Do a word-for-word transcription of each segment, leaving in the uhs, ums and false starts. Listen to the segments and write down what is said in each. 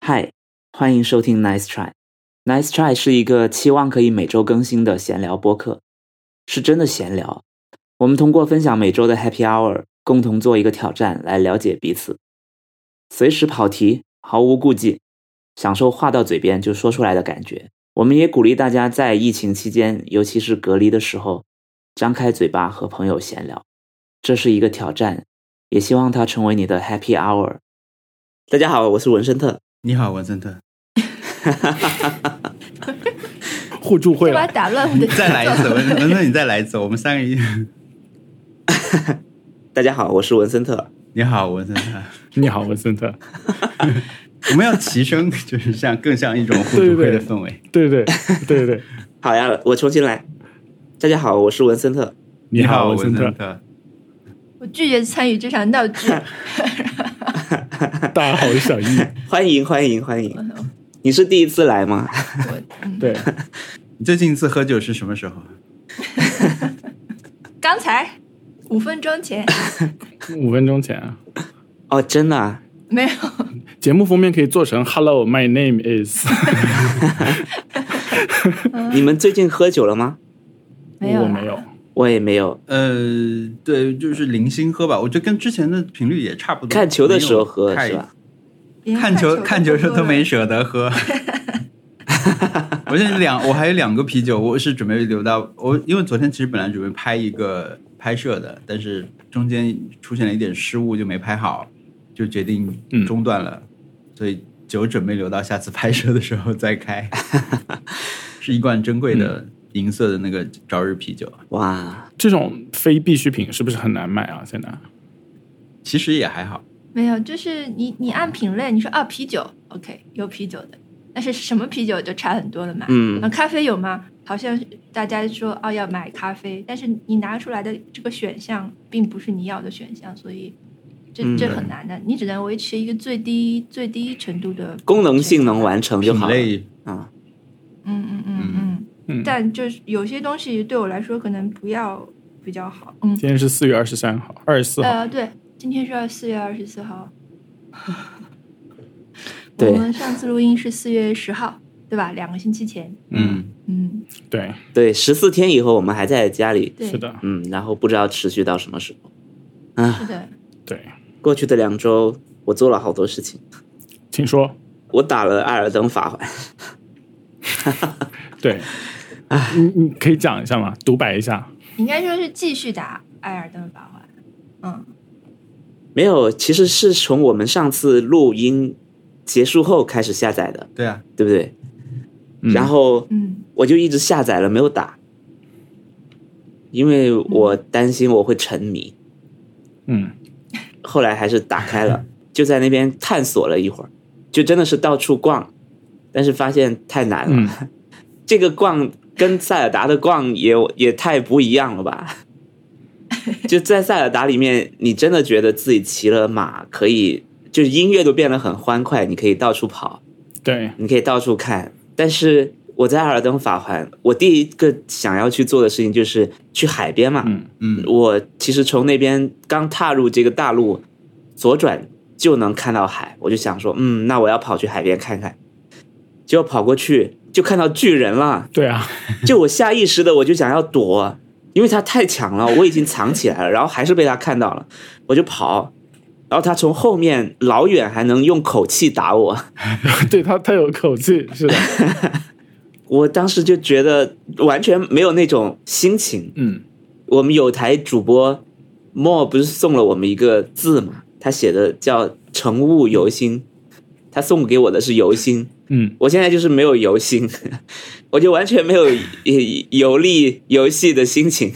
嗨，欢迎收听 Nice Try。Nice Try 是一个期望可以每周更新的闲聊播客，是真的闲聊。我们通过分享每周的 Happy Hour， 共同做一个挑战来了解彼此，随时跑题，毫无顾忌，享受话到嘴边就说出来的感觉。我们也鼓励大家在疫情期间，尤其是隔离的时候，张开嘴巴和朋友闲聊。这是一个挑战，也希望它成为你的 Happy Hour。大家好，我是文森特。 你好，文森特。 互助会了， 把打乱我的。 再来一次，文森特，你再来一次，我们三个一。 大家好，我是文森特。 你好，文森特。 你好，文森特。 我们要齐声，就是像更像一种互助会的氛围。 对对对对对对。 好呀，我重新来。大家好，我是文森特。 你好， 文森特。 特。 我拒绝参与这场闹剧。 大家好，我是小易。 欢迎欢迎欢迎。你是第一次来吗？ 嗯、 对。 你最近一次喝酒是什么时候？ 刚才五分钟前。 五分钟前啊？ 哦，真的啊？ 没有。 节目封面可以做成 Hello, my name is 。 你们最近喝酒了吗？ 没有， 我没有。 我也没有。 呃，对，就是零星喝吧，我觉得跟之前的频率也差不多。 看球的时候喝是吧？ 看球看球时候都没舍得喝。我现在两，我还有两个啤酒，我是准备留到我，因为昨天其实本来准备拍一个拍摄的，但是中间出现了一点失误，就没拍好，就决定中断了，嗯、所以酒准备留到下次拍摄的时候再开。是一罐珍贵的银色的那个朝日啤酒。 哇， 这种非必需品是不是很难买啊？现在其实也还好。 没有，就是你你按品类，你说啊啤酒 OK 有啤酒的，但是什么啤酒就差很多了嘛。 嗯， 那咖啡有吗？好像大家说哦要买咖啡，但是你拿出来的这个选项并不是你要的选项，所以这这很难的。嗯、你只能维持一个最低最低程度的功能性能完成就好了。 啊， 嗯嗯嗯嗯嗯，但就是有些东西对我来说可能不要比较好。嗯， 今天是四月二十三号，二十四号。 呃，对。今天是四月二十四号， 我们上次录音是四月十号，对吧？两个星期前。 嗯嗯， 对对，十四天以后我们还在家里， 是的， 嗯，然后不知道持续到什么时候。啊， 是的， 对。 过去的两周我做了好多事情， 请说。 我打了《艾尔登法环》。 对，你你可以讲一下吗？独白一下。 应该说是继续打《艾尔登法环》。嗯， 没有，其实是从我们上次录音结束后开始下载的。 对啊， 对不对？ 嗯、 然后， 嗯， 我就一直下载了，没有打，因为我担心我会沉迷。 嗯， 后来还是打开了，就在那边探索了一会儿，就真的是到处逛，但是发现太难了。嗯、这个逛跟塞尔达的逛也也太不一样了吧？就在塞尔达里面，你真的觉得自己骑了马可以，就是音乐都变得很欢快，你可以到处跑， 对， 你可以到处看。但是我在《艾尔登法环》，我第一个想要去做的事情就是去海边嘛。 嗯嗯，我其实从那边刚踏入这个大陆，左转就能看到海，我就想说，嗯，那我要跑去海边看看。结果跑过去就看到巨人了。 对啊， 就我下意识的我就想要躲。因为他太强了，我已经藏起来了，然后还是被他看到了，我就跑，然后他从后面老远还能用口气打我。 对，他他有口气，是的。 我当时就觉得完全没有那种心情。 嗯， 我们有台主播莫不是送了我们一个字嘛，他写的叫乘雾游心，他送给我的是游心。 嗯， 我现在就是没有游心，我就完全没有游历游戏的心情。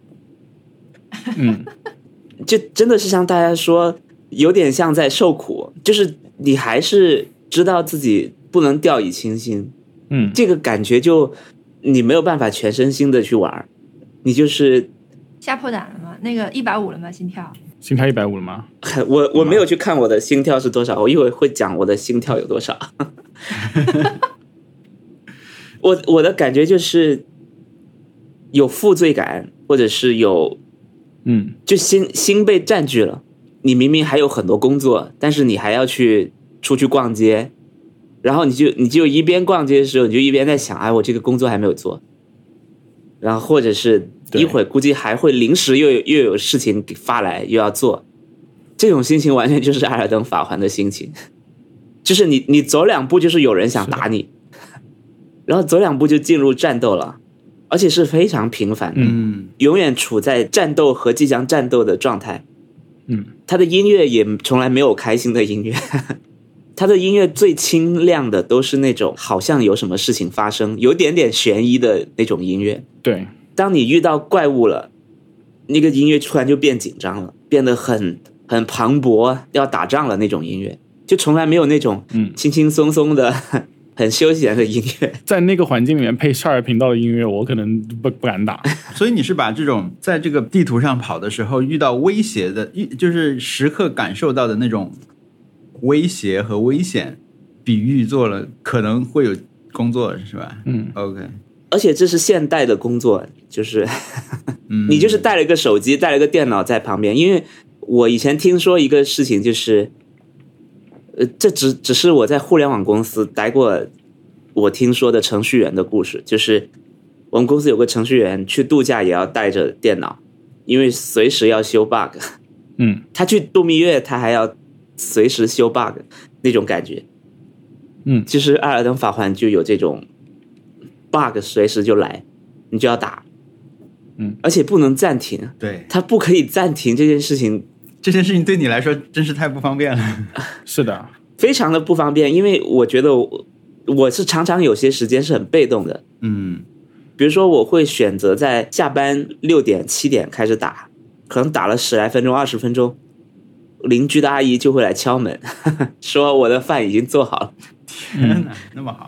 嗯， 就真的是像大家说，有点像在受苦，就是你还是知道自己不能掉以轻心。 嗯， 这个感觉就你没有办法全身心的去玩，你就是吓破胆了吗？那个一百五了吗？心跳？ 心跳一百五了吗？ 我我没有去看我的心跳是多少，我一会儿会讲我的心跳有多少。我我的感觉就是有负罪感，或者是有， 嗯， 就心心被占据了。你明明还有很多工作，但是你还要去出去逛街， 然后你就你就一边逛街的时候，你就一边在想，哎，我这个工作还没有做，然后或者是一会儿估计还会临时又有又有事情发来又要做，这种心情完全就是艾尔登法环的心情，就是你你走两步就是有人想打你，然后走两步就进入战斗了，而且是非常频繁的， 嗯， 永远处在战斗和即将战斗的状态。 嗯， 他的音乐也从来没有开心的音乐，他的音乐最清亮的都是那种好像有什么事情发生，有点点悬疑的那种音乐。 对， 当你遇到怪物了，那个音乐突然就变紧张了，变得很很磅礴，要打仗了那种音乐，就从来没有那种轻轻松松的、嗯、很休闲的音乐。 在那个环境里面配十二频道的音乐，我可能不不敢打。 所以你是把这种在这个地图上跑的时候遇到威胁的，就是时刻感受到的那种威胁和危险比喻做了可能会有工作，是吧？ 嗯 ，OK。 而且这是现代的工作，就是你就是带了一个手机，带了一个电脑在旁边。因为我以前听说一个事情，就是呃，这只只是我在互联网公司待过，我听说的程序员的故事，就是我们公司有个程序员去度假也要带着电脑，因为随时要修 bug。 嗯， 他去度蜜月，他还要随时修 bug， 那种感觉。 嗯， 其实《艾尔登法环》就有这种 bug， 随时就来，你就要打。 嗯， 而且不能暂停。 对， 它不可以暂停这件事情。 这件事情对你来说真是太不方便了。 是的， 非常的不方便，因为我觉得我我是常常有些时间是很被动的。 嗯， 比如说我会选择在下班六点七点开始打，可能打了十来分钟二十分钟，邻居的阿姨就会来敲门呵呵说我的饭已经做好了。 天哪，嗯、那么好。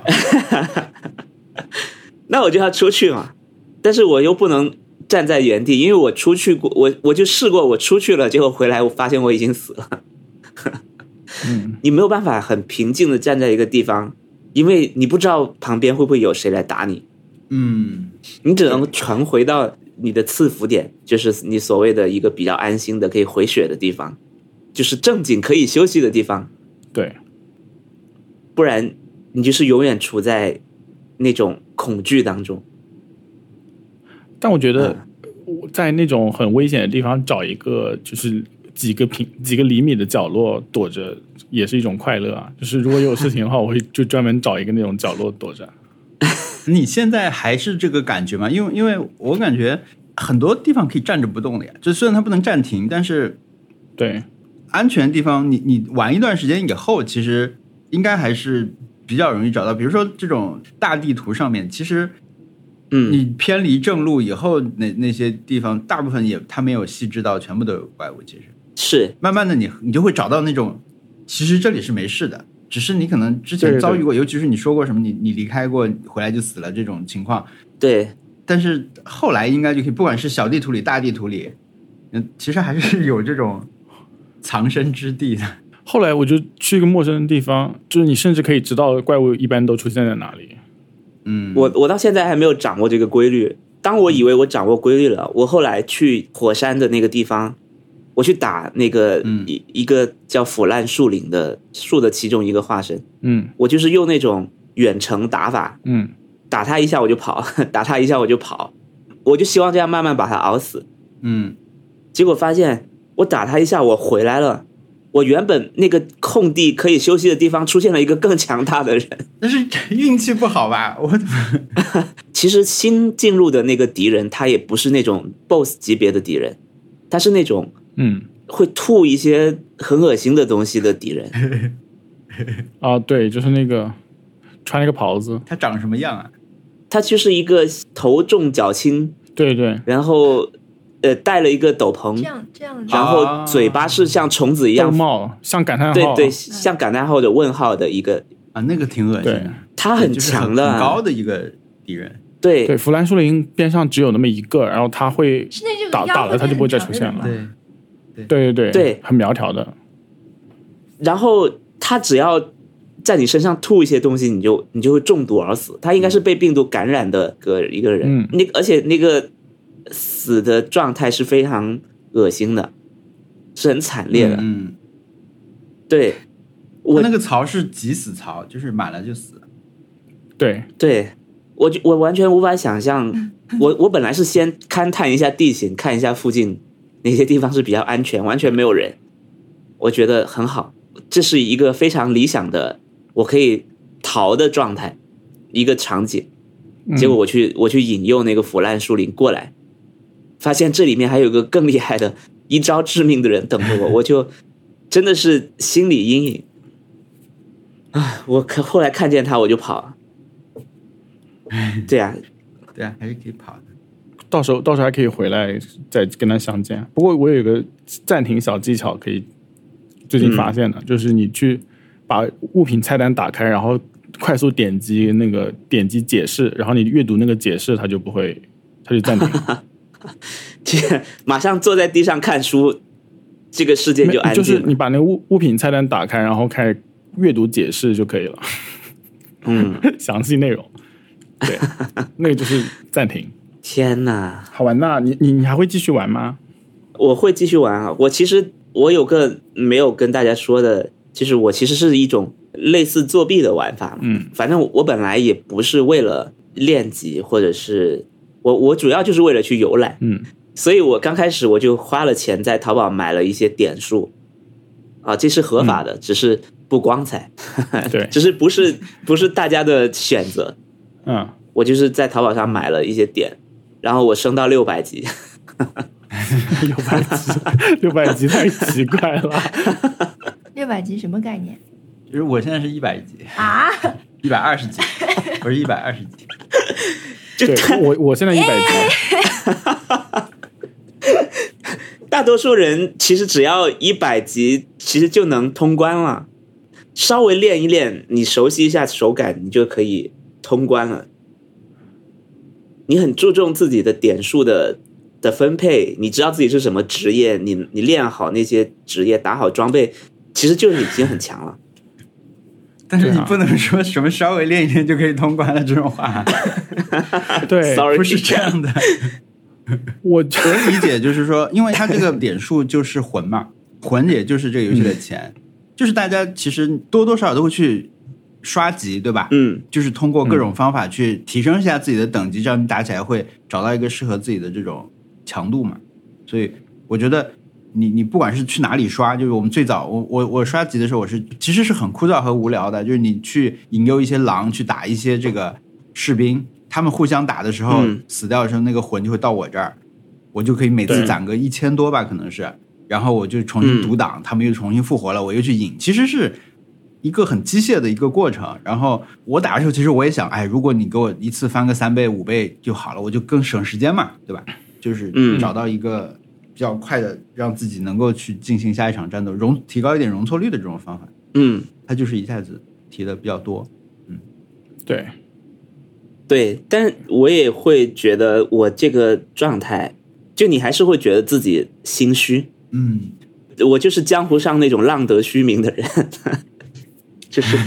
那我就要出去嘛，但是我又不能站在原地，因为我出去过，我我就试过，我出去了，结果回来我发现我已经死了。 嗯， 你没有办法很平静的站在一个地方，因为你不知道旁边会不会有谁来打你。 嗯， 你只能传回到你的赐福点，就是你所谓的一个比较安心的可以回血的地方，就是正经可以休息的地方。 对， 不然你就是永远处在那种恐惧当中。 但我觉得在那种很危险的地方找一个就是几个平几个厘米的角落躲着也是一种快乐啊。就是如果有事情的话，我会就专门找一个那种角落躲着。 你现在还是这个感觉吗？因为因为我感觉很多地方可以站着不动的呀，就虽然它不能暂停，但是对安全的地方你你玩一段时间以后，其实应该还是比较容易找到。比如说这种大地图上面，其实嗯， 你偏离正路以后，那那些地方大部分也它没有细致到全部都有怪物。其实是慢慢的你你就会找到那种，其实这里是没事的，只是你可能之前遭遇过， 对对对， 尤其是你说过什么你你离开过回来就死了这种情况。 对， 但是后来应该就可以，不管是小地图里大地图里，嗯，其实还是有这种藏身之地的。 后来我就去一个陌生的地方，就是你甚至可以知道怪物一般都出现在哪里。 嗯， 我我到现在还没有掌握这个规律。当我以为我掌握规律了，我后来去火山的那个地方，我去打那个一、嗯、一个叫腐烂树林的树的其中一个化身。 嗯， 我就是用那种远程打法， 嗯， 打他一下我就跑，打他一下我就跑，我就希望这样慢慢把他熬死。 嗯， 结果发现我打他一下我回来了。我原本那个空地可以休息的地方出现了一个更强大的人， 但是运气不好吧？我其实新进入的那个敌人，他也不是那种 boss 级别的敌人，他是那种嗯会吐一些很恶心的东西的敌人。 啊，对，就是那个穿了个袍子， 他长什么样啊？ 他就是一个头重脚轻， 对对， 然后。呃，戴了一个斗篷， 这样这样， 然后嘴巴是像虫子一样， 帽像感叹号， 对对，像感叹号的问号的一个啊，那个挺恶心的。 他很强的， 就是、很高的一个敌人。 对对，腐烂树林边上只有那么一个，然后他会打打了，他就不会再出现了。 对对对对对， 很苗条的。 然后他只要在你身上吐一些东西，你就你就会中毒而死。他应该是被病毒感染的个一个人， 嗯， 那而且那个。死的状态是非常恶心的，是很惨烈的。 嗯， 对， 我那个槽是急死槽，就是满了就死。 对对，我就我完全无法想象，我我本来是先勘探一下地形，看一下附近哪些地方是比较安全，完全没有人，我觉得很好，这是一个非常理想的我可以逃的状态，一个场景。结果我去我去引诱那个腐烂树林过来，发现这里面还有个更厉害的一招致命的人等着我，我就真的是心理阴影啊！我可后来看见他我就跑。对啊， 对啊，还是可以跑的。 到时候到时候还可以回来再跟他相见。不过我有一个暂停小技巧可以最近发现的，嗯、就是你去把物品菜单打开，然后快速点击那个点击解释，然后你阅读那个解释，它就不会，它就暂停。 马上坐在地上看书，这个世界就安静了。 就是你把那个物物品菜单打开，然后开始阅读解释就可以了。 嗯， 详细内容，对，那个就是暂停。 天哪， 好玩呐！你你你还会继续玩吗？ 我会继续玩啊！我其实我有个没有跟大家说的，就是我其实是一种类似作弊的玩法。 嗯， 反正我本来也不是为了练级，或者是我我主要就是为了去游览。 嗯， 所以我刚开始我就花了钱在淘宝买了一些点数啊，这是合法的，嗯、只是不光彩。 对， 只是不是不是大家的选择。 嗯， 我就是在淘宝上买了一些点，然后我升到六百级。 六百级，六百级太奇怪了。 六百级什么概念？ 就是我现在是一百级啊， 一百二十级，我是一百二十级。 就我我现在一百级。 大多数人其实只要一百级，其实就能通关了。稍微练一练，你熟悉一下手感，你就可以通关了。你很注重自己的点数的的分配，你知道自己是什么职业，你你练好那些职业，打好装备，其实就已经很强了。 但是你不能说什么稍微练一练就可以通关了这种话。 对， Sorry 不是这样的。 我我的理解就是说，因为它这个点数就是魂嘛，魂也就是这个游戏的钱，嗯、就是大家其实多多少少都会去刷级，对吧？ 嗯， 就是通过各种方法去提升一下自己的等级，这样你打起来会找到一个适合自己的这种强度嘛。所以我觉得你你不管是去哪里刷，就是我们最早我我我刷级的时候，我是其实是很枯燥和无聊的，就是你去引诱一些狼去打一些这个士兵，他们互相打的时候、嗯、死掉的时候，那个魂就会到我这儿，我就可以每次攒个一千多吧，可能是，然后我就重新独挡、嗯，他们又重新复活了，我又去引，其实是一个很机械的一个过程。然后我打的时候，其实我也想，哎，如果你给我一次翻个三倍五倍就好了，我就更省时间嘛，对吧？就是找到一个比较快的让自己能够去进行下一场战斗，容提高一点容错率的这种方法。 嗯， 它就是一下子提的比较多。嗯， 对。 对，但我也会觉得我这个状态，就你还是会觉得自己心虚。 嗯， 我就是江湖上那种浪得虚名的人，就是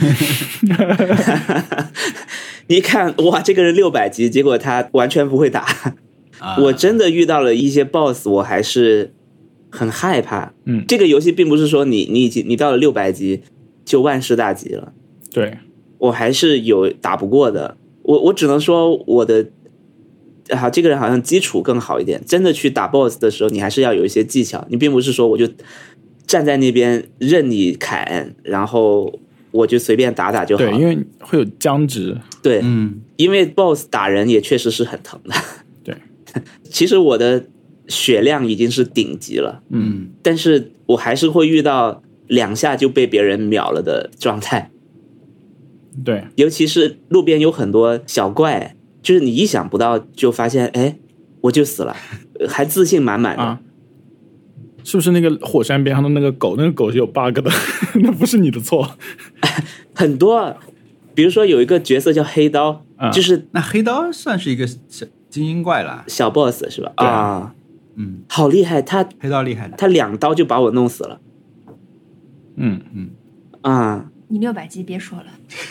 你一看哇，这个人六百级，结果他完全不会打。啊、我真的遇到了一些 boss， 我还是很害怕。 嗯，这个游戏并不是说你你已经你到了六百级就万事大吉了。 对， 我还是有打不过的。我我只能说我的啊，这个人好像基础更好一点。真的去打 boss 的时候，你还是要有一些技巧。你并不是说我就站在那边任你砍，然后我就随便打打就好了。 对，因为会有僵直。 对， 嗯， 因为 boss 打人也确实是很疼的。 对， 其实我的血量已经是顶级了， 嗯， 但是我还是会遇到两下就被别人秒了的状态。 对， 尤其是路边有很多小怪，就是你意想不到就发现，哎，我就死了，还自信满满的。 啊，是不是那个火山边上的那个狗？那个狗是有 bug 的，那不是你的错。 很多，比如说有一个角色叫黑刀， 啊、 就是那黑刀算是一个小精英怪了， 小 boss 是吧？啊， 嗯， 好厉害，他黑刀厉害的， 他两刀就把我弄死了。 嗯嗯啊， 你六百级别说了。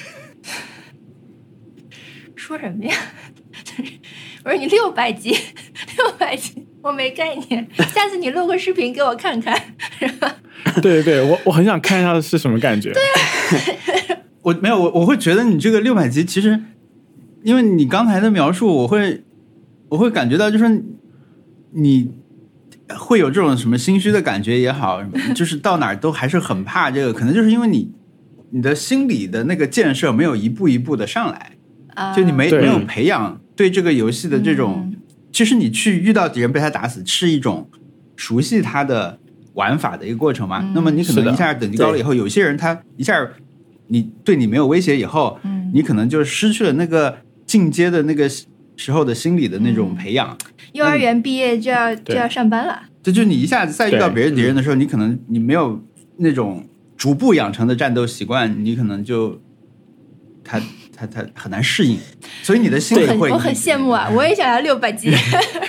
说什么呀？我说你六百级，六百级，我没概念。下次你录个视频给我看看，是吧？ 对对对，我我很想看一下是什么感觉。 对啊， 我没有，我我会觉得你这个六百级其实，因为你刚才的描述，我会我会感觉到，就是你会有这种什么心虚的感觉也好，就是到哪儿都还是很怕这个，可能就是因为你你的心理的那个建设没有一步一步的上来，就你没没有培养对这个游戏的这种、嗯，其实你去遇到敌人被他打死是一种熟悉他的玩法的一个过程嘛。嗯、那么你可能一下等级高了以后，有些人他一下你对你没有威胁以后、嗯，你可能就失去了那个进阶的那个时候的心理的那种培养。嗯、 幼儿园毕业就要就要上班了， 这就你一下子再遇到别人敌人的时候，你可能你没有那种逐步养成的战斗习惯，你可能就他。他他很难适应，所以你的心理会。 我很羡慕啊，我也想要六百级。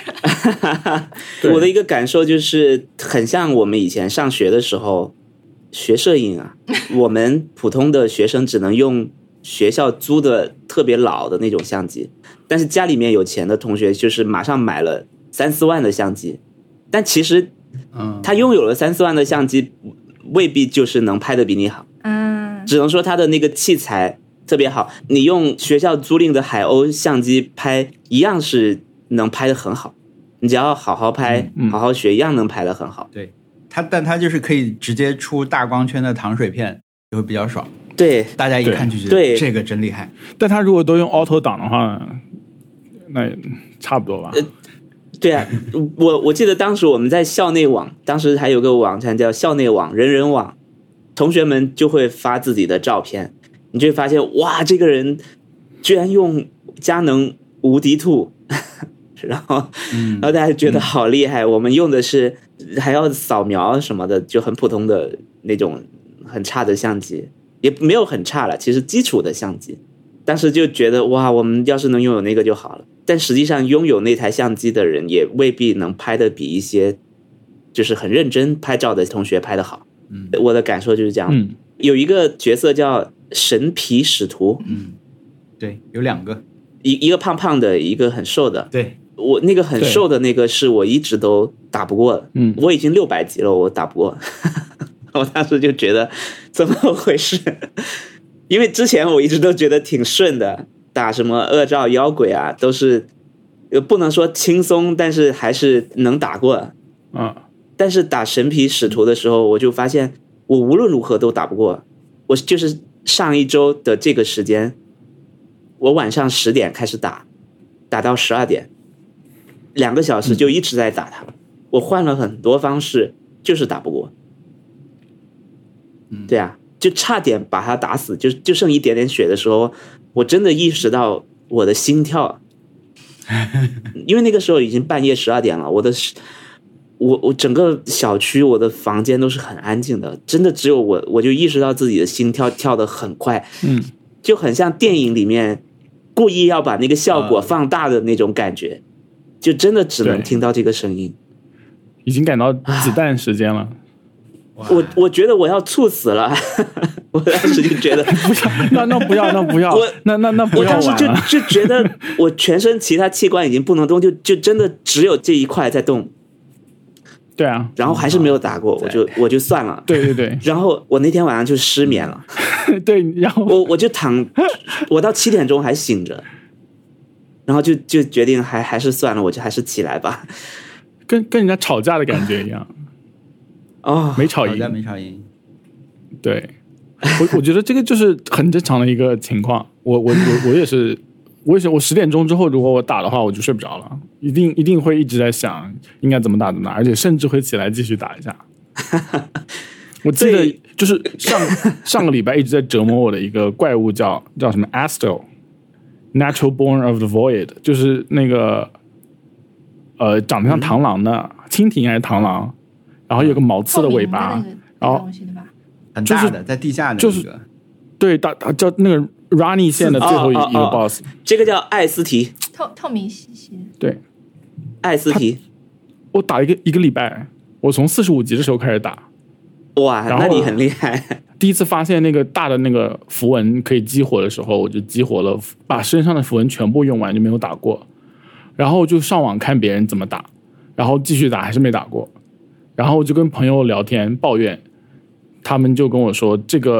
我的一个感受就是，很像我们以前上学的时候学摄影啊，我们普通的学生只能用学校租的特别老的那种相机，但是家里面有钱的同学就是马上买了三四万的相机，但其实，他拥有了三四万的相机，未必就是能拍得比你好，嗯，只能说他的那个器材特别好，你用学校租赁的海鸥相机拍一样是能拍得很好，你只要好好拍、嗯、好好学一样能拍得很好。 对，它但它就是可以直接出大光圈的糖水片，就会比较爽。 对， 大家一看就觉得这个真厉害。 但它如果都用 auto 档的话，那差不多吧。 呃、对啊，我我记得当时我们在校内网，当时还有个网站叫校内网、人人网，同学们就会发自己的照片。你就会发现，哇，这个人居然用佳能无敌兔，然后，嗯、然后大家觉得好厉害、嗯。我们用的是还要扫描什么的，就很普通的那种很差的相机，也没有很差了，其实基础的相机。当时就觉得，哇，我们要是能拥有那个就好了。但实际上，拥有那台相机的人也未必能拍得比一些就是很认真拍照的同学拍得好。嗯，我的感受就是这样。嗯，有一个角色叫神皮使徒， 嗯，对，有两个， 一一个胖胖的，一个很瘦的。 对， 我那个很瘦的那个是我一直都打不过的，嗯，我已经六百级了，我打不过。我当时就觉得怎么回事？因为之前我一直都觉得挺顺的，打什么恶兆妖鬼啊，都是不能说轻松，但是还是能打过。 嗯， 但是打神皮使徒的时候，我就发现我无论如何都打不过。我就是上一周的这个时间，我晚上十点开始打，打到十二点，两个小时就一直在打他。嗯、我换了很多方式，就是打不过。 嗯， 对啊，就差点把他打死，就就剩一点点血的时候，我真的意识到我的心跳，因为那个时候已经半夜十二点了，我的。我我整个小区我的房间都是很安静的，真的只有我，我就意识到自己的心跳跳得很快， 嗯， 就很像电影里面故意要把那个效果放大的那种感觉，就真的只能听到这个声音， 已经赶到子弹时间了。 我我觉得我要猝死了，我当时就觉得不要，那那不要，那不要，那那那不要玩了。 我当时就就觉得我全身其他器官已经不能动，就就真的只有这一块在动。 对啊， 然后还是没有打过，我就我就算了。 对对对。 然后我那天晚上就失眠了。 对，然后我我就躺，我到七点钟还醒着，然后就就决定还还是算了，我就还是起来吧。 跟跟人家吵架的感觉一样。 哦， 没吵赢， 吵架没吵赢。 对，我我觉得这个就是很正常的一个情况。我我我我也是。我也是，我十点钟之后，如果我打的话，我就睡不着了，一定一定会一直在想应该怎么打怎么打，而且甚至会起来继续打一下。我记得就是上上个礼拜一直在折磨我的一个怪物叫叫什么 Astel Natural Born of the Void， 就是那个呃长得像螳螂的蜻蜓还是螳螂，然后有个毛刺的尾巴， 那个、 然后很大的在地下的、那个、 就是对大叫那个。Rani 线的最后一个 boss，、 哦哦哦、这个叫艾斯提， 透透明兮兮的。 对， 艾斯提， 我打一个一个礼拜，我从四十五级的时候开始打， 哇，那你很厉害。 第一次发现那个大的那个符文可以激活的时候，我就激活了，把身上的符文全部用完，就没有打过。然后就上网看别人怎么打，然后继续打，还是没打过。然后就跟朋友聊天抱怨，他们就跟我说这个。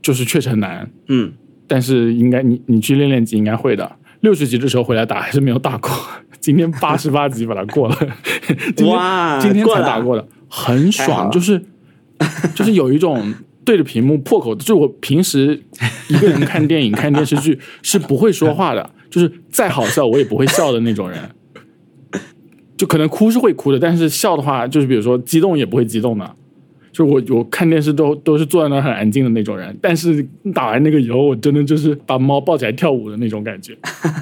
就是确实很难， 嗯， 但是应该你你去练练级应该会的。六十级的时候回来打还是没有打过，今天八十八级把它过了，今天哇， 今天才打过的，很爽，就是就是有一种对着屏幕破口，就我平时一个人看电影看电视剧是不会说话的，就是再好笑我也不会笑的那种人，就可能哭是会哭的，但是笑的话就是比如说激动也不会激动的。就我我看电视都都是坐在那很安静的那种人，但是打完那个以后，我真的就是把猫抱起来跳舞的那种感觉。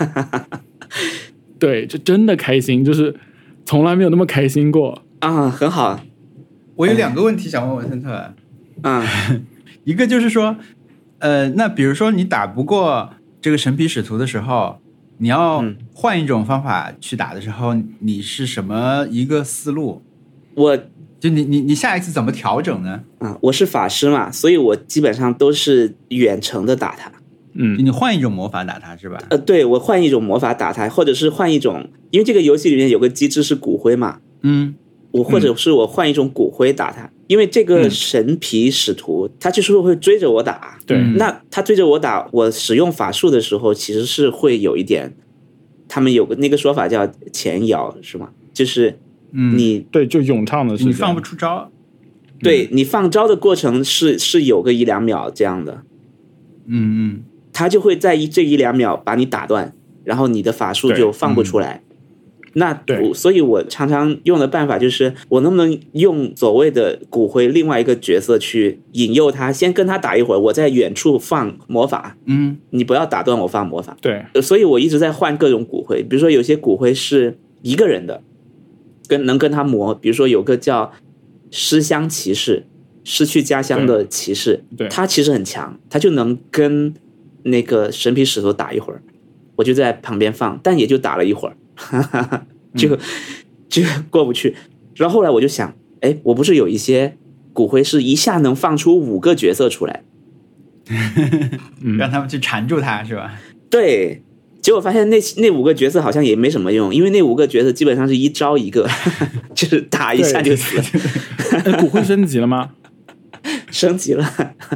对，就真的开心，就是从来没有那么开心过啊，很好。 我有两个问题想问文森特， 嗯， 一个就是说，呃，那比如说你打不过这个神皮使徒的时候，你要换一种方法去打的时候，你是什么一个思路？ 我。 就你你你下一次怎么调整呢？ 啊，我是法师嘛，所以我基本上都是远程的打他。 嗯， 你换一种魔法打他是吧？ 呃，对，我换一种魔法打他，或者是换一种，因为这个游戏里面有个机制是骨灰嘛。 嗯， 我或者是我换一种骨灰打他，嗯、因为这个神皮使徒、嗯、他就是会追着我打。 对， 那他追着我打，我使用法术的时候其实是会有一点，他们有个那个说法叫前摇是吗？就是。 嗯， 你对就咏唱的时间， 你放不出招， 对、嗯、你放招的过程是是有个一两秒这样的， 嗯嗯， 他就会在一这一两秒把你打断，然后你的法术就放不出来。嗯、那对， 所以我常常用的办法就是，我能不能用所谓的骨灰另外一个角色去引诱他，先跟他打一会儿，我在远处放魔法， 嗯， 你不要打断我放魔法。 对， 所以我一直在换各种骨灰，比如说有些骨灰是一个人的。跟能跟他磨，比如说有个叫失乡骑士，失去家乡的骑士， 对， 他其实很强，他就能跟那个神皮使徒打一会儿，我就在旁边放，但也就打了一会儿，哈哈哈，就、嗯、就过不去。然后后来我就想，哎，我不是有一些骨灰是一下能放出五个角色出来， 让他们去缠住他是吧？ 对。结果发现那那五个角色好像也没什么用，因为那五个角色基本上是一招一个，就是打一下就死了。 骨灰升级了吗？ 升级了。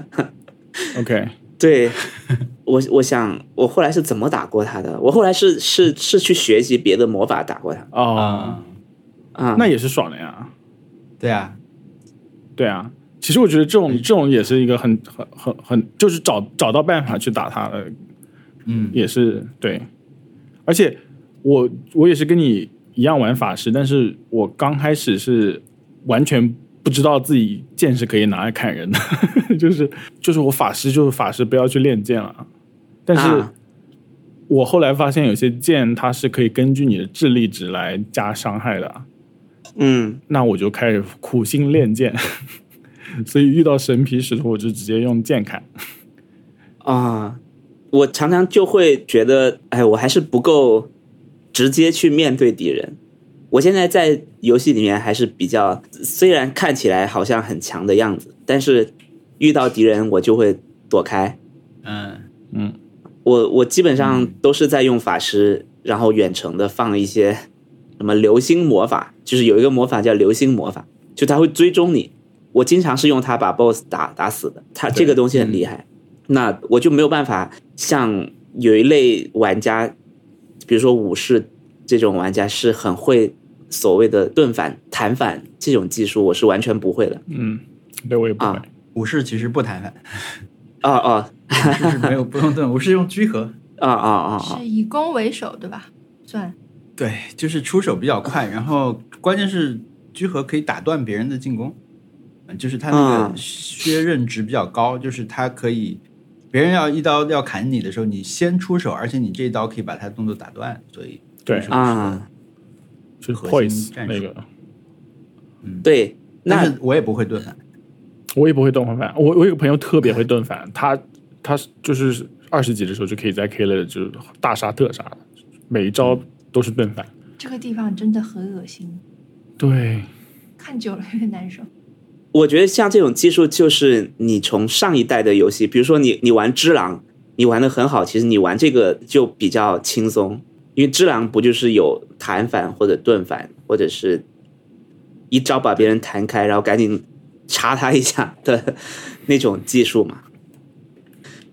OK， 对，我我想我后来是怎么打过他的？我后来是是是去学习别的魔法打过他。 哦， 啊， 那也是爽的呀。 对啊， 对啊。其实我觉得这种这种也是一个很很很很，就是找找到办法去打他的。 嗯， 也是对，而且我我也是跟你一样玩法师，但是我刚开始是完全不知道自己剑是可以拿来砍人的，就是就是我法师就是法师，不要去练剑了。但是我后来发现有些剑它是可以根据你的智力值来加伤害的， 嗯， 那我就开始苦心练剑，所以遇到神皮使徒我就直接用剑砍啊。我常常就会觉得，哎，我还是不够直接去面对敌人。我现在在游戏里面还是比较，虽然看起来好像很强的样子，但是遇到敌人我就会躲开。 嗯嗯， 我我基本上都是在用法师，然后远程的放一些什么流星魔法，就是有一个魔法叫流星魔法，就它会追踪你。我经常是用它把 B O S S 打打死的，它这个东西很厉害。那我就没有办法像有一类玩家，比如说武士这种玩家是很会所谓的盾反弹反这种技术，我是完全不会的。 嗯，对，我也不会。 啊、武士其实不弹反。 哦哦， 武士没有不用盾，武士用居合。 啊啊啊！ 是以攻为守，对吧？算。 对，就是出手比较快，然后关键是居合可以打断别人的进攻，就是他那个削刃值比较高，就是他可以。别人要一刀要砍你的时候，你先出手，而且你这一刀可以把他动作打断，所以对啊， 就是 poise 那个， 嗯， 对， 但是我也不会盾反， 我也不会盾反。我我有个朋友特别会盾反，他他就是二十级的时候就可以在 K 了，就是大杀特杀，每一招都是盾反。 这个地方真的很恶心， 对， 看久了有点难受。 我觉得像这种技术，就是你从上一代的游戏，比如说你你玩只狼，你玩得很好，其实你玩这个就比较轻松，因为只狼不就是有弹反或者盾反，或者是一招把别人弹开，然后赶紧插他一下的那种技术嘛。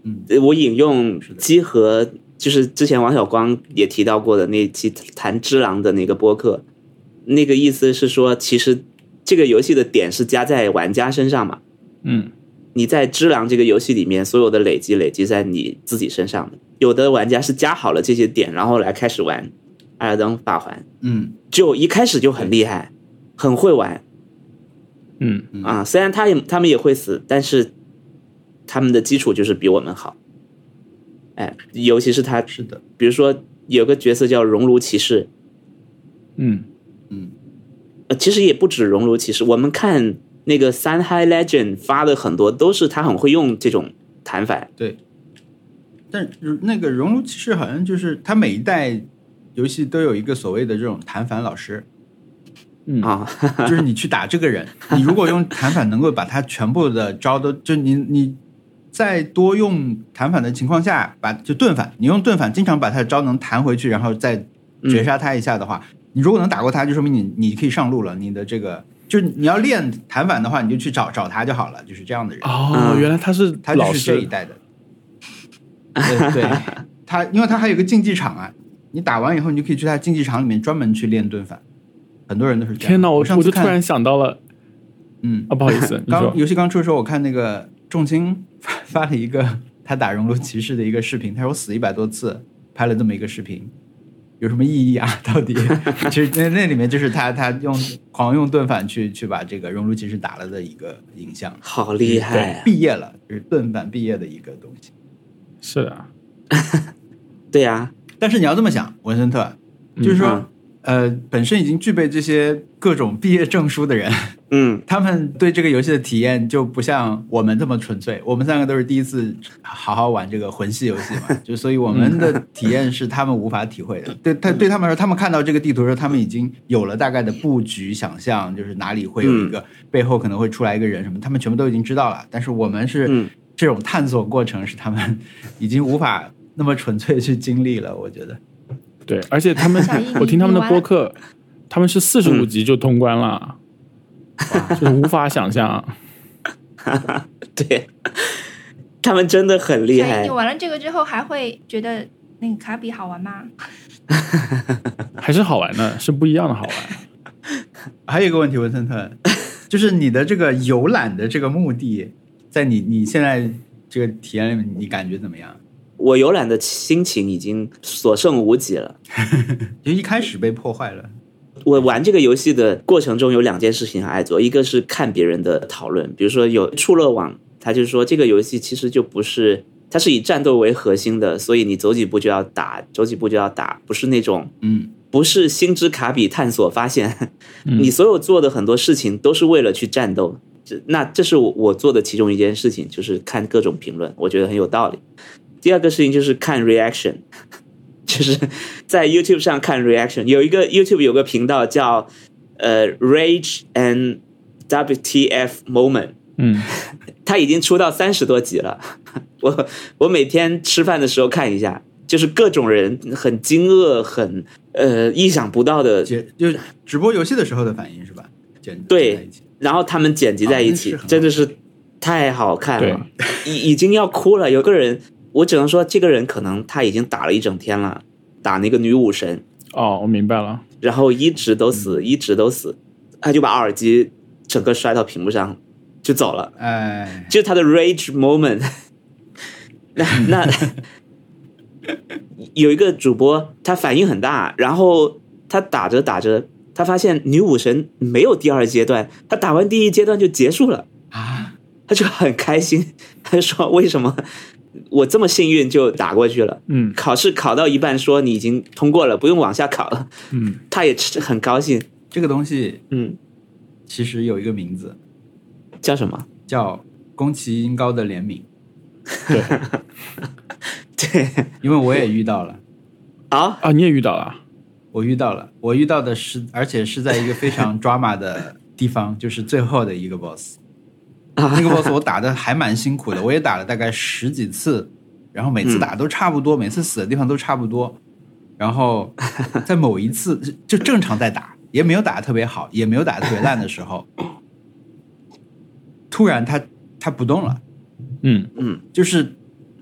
嗯， 我引用基和，就是之前王小光也提到过的那期谈只狼的那个播客，那个意思是说，其实这个游戏的点是加在玩家身上嘛。 嗯， 你在只狼这个游戏里面，所有的累积累积在你自己身上的。有的玩家是加好了这些点，然后来开始玩艾尔登法环， 嗯， 就一开始就很厉害，很会玩。 嗯啊，虽然他也他们也会死，但是他们的基础就是比我们好。哎，尤其是他， 是的， 比如说有个角色叫熔炉骑士， 嗯嗯， 呃，其实也不止熔炉骑士，我们看那个三 High Legend 发的很多都是他很会用这种弹反。 对。但那个熔炉骑士好像就是他每一代游戏都有一个所谓的这种弹反老师。 嗯啊， 就是你去打这个人，你如果用弹反能够把他全部的招都，就你你在多用弹反的情况下，把就盾反，你用盾反经常把他的招能弹回去，然后再绝杀他一下的话，嗯、你如果能打过他，就说明你你可以上路了。你的这个就是你要练弹反的话，你就去找找他就好了，就是这样的人。 哦，原来他是他就是这一代的。对对，他因为他还有个竞技场啊，你打完以后，你就可以去他竞技场里面专门去练盾反。很多人都是这样。 天哪，我我我就突然想到了， 嗯， 啊，不好意思， 刚游戏刚出的时候，我看那个仲青发发了一个他打熔炉骑士的一个视频，他说我死一百多次，拍了这么一个视频，有什么意义啊？到底？其实那那里面就是他他用狂用盾反去去把这个熔炉骑士打了的一个影像， 好厉害、啊！ 毕业了，就是盾反毕业的一个东西。 是啊， 对啊。 但是你要这么想，文森特，就是说。嗯呃，本身已经具备这些各种毕业证书的人， 嗯， 他们对这个游戏的体验就不像我们这么纯粹。我们三个都是第一次好好玩这个魂系游戏嘛，就所以我们的体验是他们无法体会的。对他对他们来说，他们看到这个地图的时候，他们已经有了大概的布局想象，就是哪里会有一个、嗯、背后可能会出来一个人什么，他们全部都已经知道了。但是我们是、嗯、这种探索过程是他们已经无法那么纯粹去经历了，我觉得。 对，而且他们，我听他们的播客，他们是四十五级就通关了，嗯、哇，就是无法想象。 对，他们真的很厉害。 你玩了这个之后，还会觉得那个卡比好玩吗？ 还是好玩的，是不一样的好玩。 还有一个问题，文森特，就是你的这个游览的这个目的，在你你现在这个体验里面，你感觉怎么样？ 我游览的心情已经所剩无几了， 就一开始被破坏了。 我玩这个游戏的过程中有两件事情很爱做，一个是看别人的讨论，比如说有触乐网，他就说这个游戏其实就不是，它是以战斗为核心的，所以你走几步就要打，走几步就要打，不是那种， 嗯， 不是星之卡比探索发现，嗯、你所有做的很多事情都是为了去战斗。那这是我做的其中一件事情，就是看各种评论，我觉得很有道理。第二个事情就是看 reaction， 就是在 YouTube 上看 reaction。有一个 YouTube 有个频道叫呃 Rage and W T F Moment， 嗯， 他已经出到三十多集了。我我每天吃饭的时候看一下，就是各种人很惊愕、很呃意想不到的， 就直播游戏的时候的反应是吧？ 对，然后他们剪辑在一起，哦、真的是太好看了，已已经要哭了。有个人。我只能说，这个人可能他已经打了一整天了，打那个女武神。 哦，我明白了。然后一直都死，嗯、一直都死，他就把耳机整个摔到屏幕上就走了。 哎， 就是他的 rage moment 那。那那有一个主播，他反应很大，然后他打着打着，他发现女武神没有第二阶段，他打完第一阶段就结束了啊， 他就很开心，他就说为什么？我这么幸运就打过去了， 嗯， 考试考到一半说你已经通过了，不用往下考了， 嗯， 他也很高兴。 这个东西， 嗯， 其实有一个名字， 叫什么？ 叫宫崎英高的怜悯。 对， 对， 因为我也遇到了。 啊啊，你也遇到了？ 我遇到了，我遇到的是，而且是在一个非常 drama 的地方，就是最后的一个 boss。那个 boss 我打的还蛮辛苦的，我也打了大概十几次，然后每次打都差不多，嗯、每次死的地方都差不多，然后在某一次就正常在打，也没有打得特别好，也没有打得特别烂的时候，突然他他不动了， 嗯嗯，就是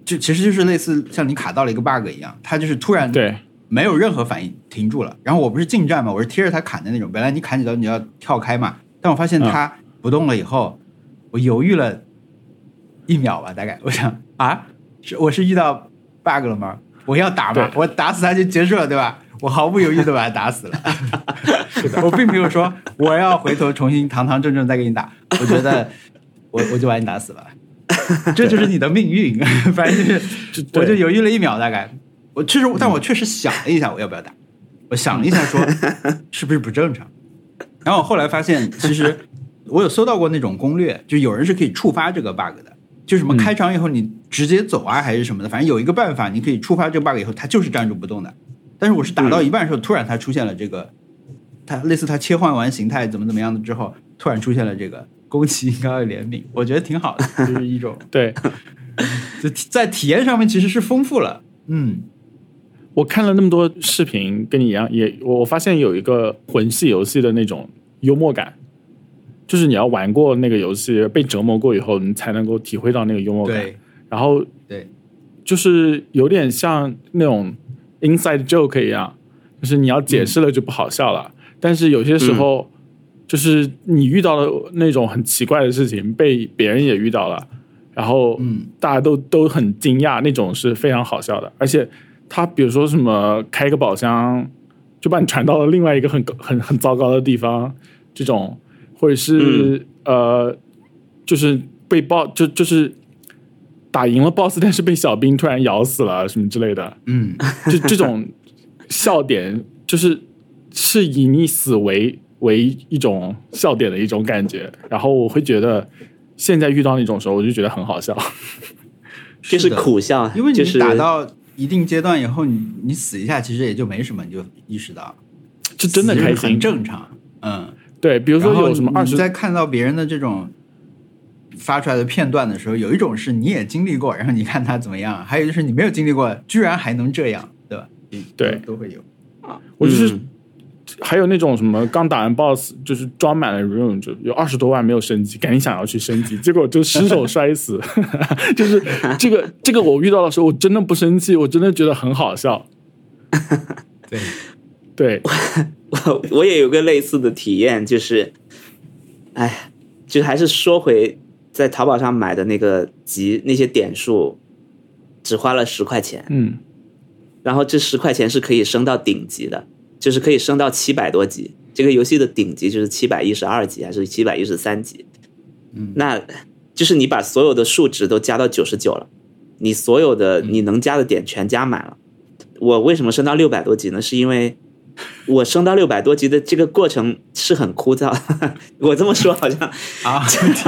就其实就是类似像你卡到了一个 bug 一样，它就是突然对没有任何反应停住了。然后我不是近战嘛，我是贴着它砍的那种，本来你砍几刀你要跳开嘛，但我发现它不动了以后，嗯、我犹豫了一秒吧，大概我想啊，是我是遇到 bug 了吗？我要打吗？我打死它就结束了，对吧？我毫不犹豫的把它打死了。是的，我并没有说我要回头重新堂堂正正再给你打，我觉得我我就把你打死了，这就是你的命运。反正就是我就犹豫了一秒，大概我确实，但我确实想了一下我要不要打，我想了一下说是不是不正常，然后我后来发现其实我有搜到过那种攻略，就有人是可以触发这个 bug 的，就什么开场以后你直接走啊还是什么的，反正有一个办法你可以触发这个 bug 以后它就是站住不动的。但是我是打到一半的时候，突然它出现了这个，它类似它切换完形态怎么怎么样的之后，突然出现了这个宫崎英高的怜悯，我觉得挺好的，就是一种对， 就在体验上面其实是丰富了。嗯， 我看了那么多视频，跟你一样，也我发现有一个魂系游戏的那种幽默感，就是你要玩过那个游戏，被折磨过以后，你才能够体会到那个幽默感。 对， 然后对， 就是有点像那种inside joke 一样，就是你要解释了就不好笑了，嗯、但是有些时候，就是你遇到了那种很奇怪的事情，被别人也遇到了，然后嗯， 大家都都很惊讶，那种是非常好笑的。而且他比如说什么开一个宝箱，就把你传到了另外一个很很很糟糕的地方，这种，或者是、嗯、呃，就是被爆就就是打赢了 boss， 但是被小兵突然咬死了什么之类的， 嗯， 就这种笑点，就是是以你死为为一种笑点的一种感觉。然后我会觉得，现在遇到那种时候，我就觉得很好笑， 就是苦笑， 因为你打到一定阶段以后，你你死一下，其实也就没什么，你就意识到， 就真的开心， 很正常。嗯， 对，比如说有什么二十， 你在看到别人的这种发出来的片段的时候，有一种是你也经历过，然后你看他怎么样；还有就是你没有经历过，居然还能这样，对吧？ 对， 都会有。 我就是、嗯、还有那种什么刚打完 boss， 就是装满了 room， 就有二十多万没有升级，赶紧想要去升级，结果就失手摔死。就是这个这个我遇到的时候，我真的不生气，我真的觉得很好笑。 对对， 我我也有个类似的体验，就是，哎，就还是说回在淘宝上买的那个级，那些点数只花了十块钱， 嗯， 然后这十块钱是可以升到顶级的，就是可以升到七百多级。这个游戏的顶级就是七百一十二级还是七百一十三级？ 嗯， 那就是你把所有的数值都加到九十九了，你所有的你能加的点全加满了。我为什么升到六百多级呢？是因为我升到六百多级的这个过程是很枯燥。我这么说好像啊，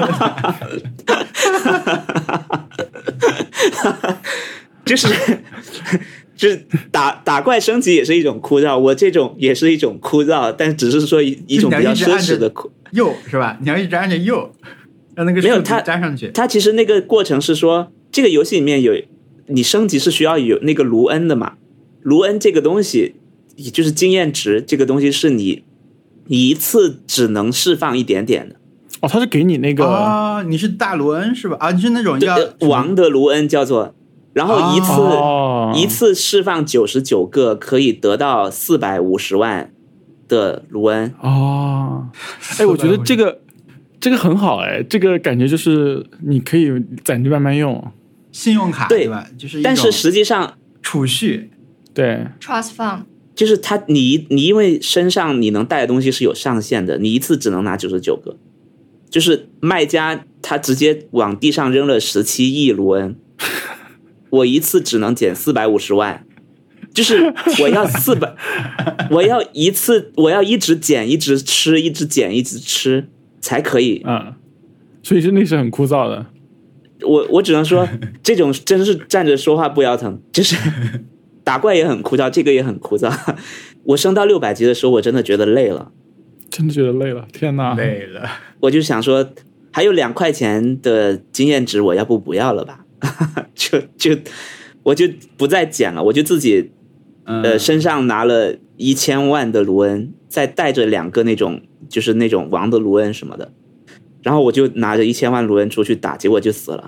就是就是打打怪升级也是一种枯燥，我这种也是一种枯燥，但只是说一种比较奢侈的枯右是吧？你要一直按着右，让那个数字加上去。 它其实那个过程是说，这个游戏里面有你升级是需要有那个卢恩的嘛？卢恩这个东西，也就是经验值，这个东西是你你一次只能释放一点点的。 哦，他是给你那个啊、哦，你是大卢恩是吧？啊，你是那种叫王的卢恩叫做，然后一次、 哦、 一次释放九十九个，可以得到四百五十万的卢恩。 哦，哎，我觉得这个这个很好，哎，这个感觉就是你可以攒着慢慢用， 信用卡 对, 对吧？就是一种但是实际上储蓄。 对 ，trust fund 就是他，你你因为身上你能带的东西是有上限的，你一次只能拿九十九个。就是卖家他直接往地上扔了十七亿卢恩，我一次只能减四百五十万，就是我要四百，我要一次，我要一直减，一直吃，一直减，一直吃才可以。 嗯，所以是那是很枯燥的。 我我只能说，这种真是站着说话不腰疼，就是打怪也很枯燥，这个也很枯燥。我升到六百级的时候，我真的觉得累了， 真的觉得累了，天哪， 累了。 我就想说，还有两块钱的经验值，我要不不要了吧？就就我就不再减了，我就自己呃身上拿了一千万的卢恩，再带着两个那种就是那种王的卢恩什么的，然后我就拿着一千万卢恩出去打，结果就死了。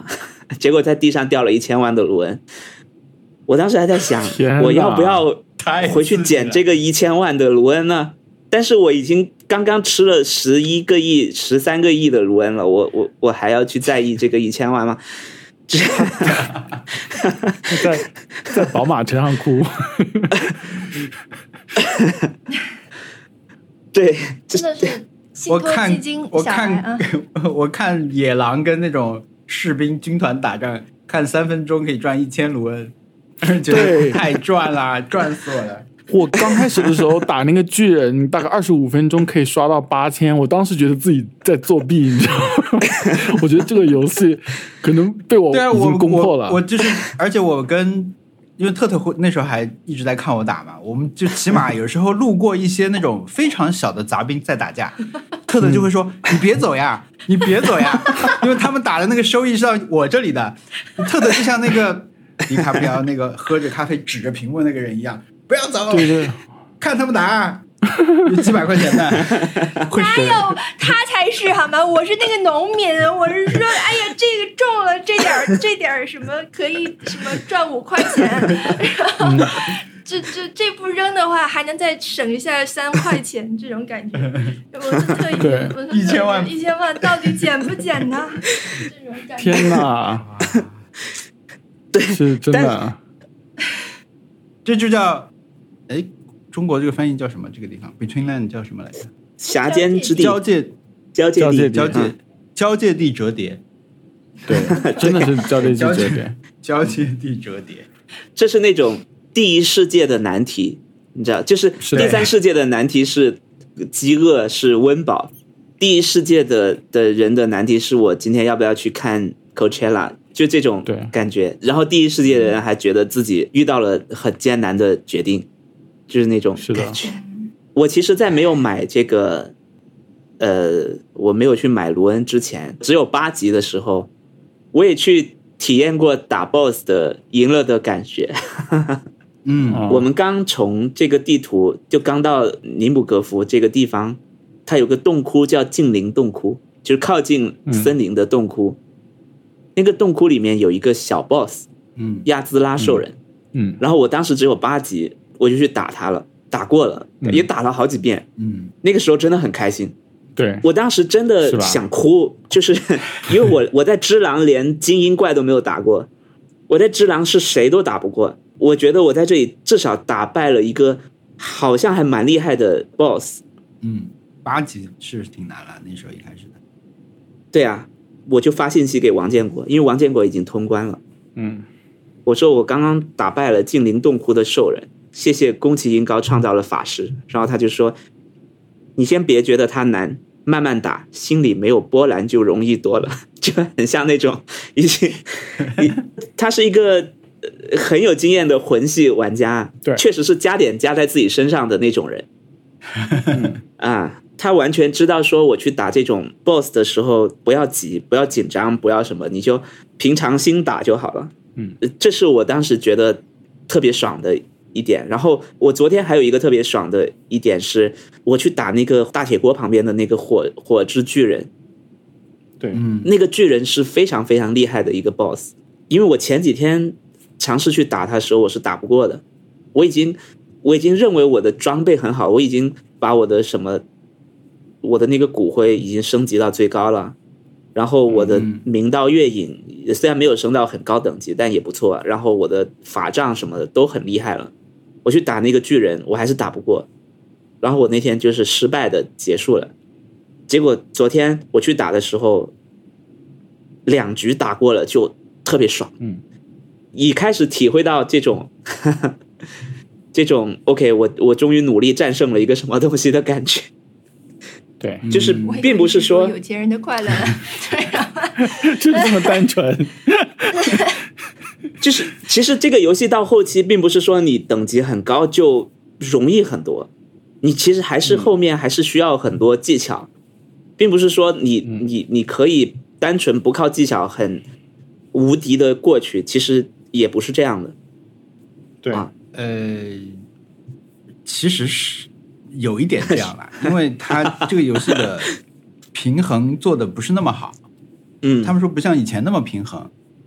结果在地上掉了一千万的卢恩。我当时还在想，我要不要回去捡这个一千万的卢恩呢？但是我已经刚刚吃了十一个亿、十三个亿的卢恩了，我我我还要去在意这个一千万吗？ 在在宝马车上哭。 对， 真的是信托基金我小孩看、 啊、 我看野狼跟那种士兵军团打仗，看三分钟可以赚一千卢恩，觉得太赚了，赚死我了。 我刚开始的时候打那个巨人，大概二十五分钟可以刷到八千，我当时觉得自己在作弊，你知道吗？我觉得这个游戏可能被我已经攻破了。 我, 我, 我就是，而且我跟因为特特那时候还一直在看我打嘛，我们就起码有时候路过一些那种非常小的杂兵在打架，特特就会说：“你别走呀，你别走呀，因为他们打的那个收益是到我这里的。”特特就像那个迪卡普里奥那个喝着咖啡指着屏幕那个人一样。不要走， 对对， 看他们打，有几百块钱的， 哪有他才是好吗？我是那个农民，我是说，哎呀，这个中了，这点这点什么可以什么赚五块钱，然后这这这不扔的话，还能再省一下三块钱，这种感觉。我是特意，我是一千万， 一千万到底减不减呢？这种感觉。 天哪！对，是真的。 这就叫。哎，中国这个翻译叫什么？这个地方 Between Land 叫什么来着？ 峡间之地， 交界， 交界地， 交界，嗯、交界地折叠。 对，真的是交界地折叠， 交界地折叠。 这是那种第一世界的难题，你知道，就是第三世界的难题是饥饿，是温饱；第一世界的的人的难题是我今天要不要去看 Coachella。就这种感觉，然后第一世界的人还觉得自己遇到了很艰难的决定，就是那种感觉。我其实在没有买这个呃我没有去买卢恩之前，只有八级的时候，我也去体验过打 boss 的赢了的感觉。 嗯， 我们刚从这个地图就刚到尼姆格福这个地方，它有个洞窟叫静灵洞窟，就是靠近森林的洞窟。嗯，那个洞窟里面有一个小 boss， 嗯， 亚兹拉兽人， 嗯， 然后我当时只有八级，我就去打他了，打过了，嗯、也打了好几遍， 嗯， 那个时候真的很开心， 对， 我当时真的想哭，就是因为我我在只狼连精英怪都没有打过，我在只狼是谁都打不过，我觉得我在这里至少打败了一个好像还蛮厉害的 boss， 嗯，八级是挺难了，那时候一开始的， 对啊。我就发信息给王建国，因为王建国已经通关了。 嗯， 我说我刚刚打败了静灵洞窟的兽人，谢谢宫崎英高创造了法师。然后他就说：“你先别觉得他难，慢慢打，心里没有波澜就容易多了。”就很像那种已经，他是一个很有经验的魂系玩家， 对， 确实是加点加在自己身上的那种人。啊。他完全知道说我去打这种 boss 的时候不要急，不要紧张，不要什么，你就平常心打就好了。 嗯， 这是我当时觉得特别爽的一点。然后我昨天还有一个特别爽的一点是，我去打那个大铁锅旁边的那个火火之巨人。 对， 嗯， 那个巨人是非常非常厉害的一个 boss， 因为我前几天尝试去打他的时候我是打不过的，我已经我已经认为我的装备很好，我已经把我的什么。我的那个骨灰已经升级到最高了，然后我的明道月影虽然没有升到很高等级，但也不错。然后我的法杖什么的都很厉害了。我去打那个巨人，我还是打不过。然后我那天就是失败的结束了。结果昨天我去打的时候，两局打过了就特别爽。 嗯， 一开始体会到这种呵呵这种 OK， 我我终于努力战胜了一个什么东西的感觉。 对， 就是并不是说有钱人的快乐，对啊， 就是这么单纯。 就是其实这个游戏到后期，并不是说你等级很高就容易很多，你其实还是后面还是需要很多技巧，并不是说你你你可以单纯不靠技巧很无敌的过去，其实也不是这样的。 对， 啊、 呃，其实是。有一点这样啦，因为他这个游戏的平衡做的不是那么好。 嗯， 他们说不像以前那么平衡，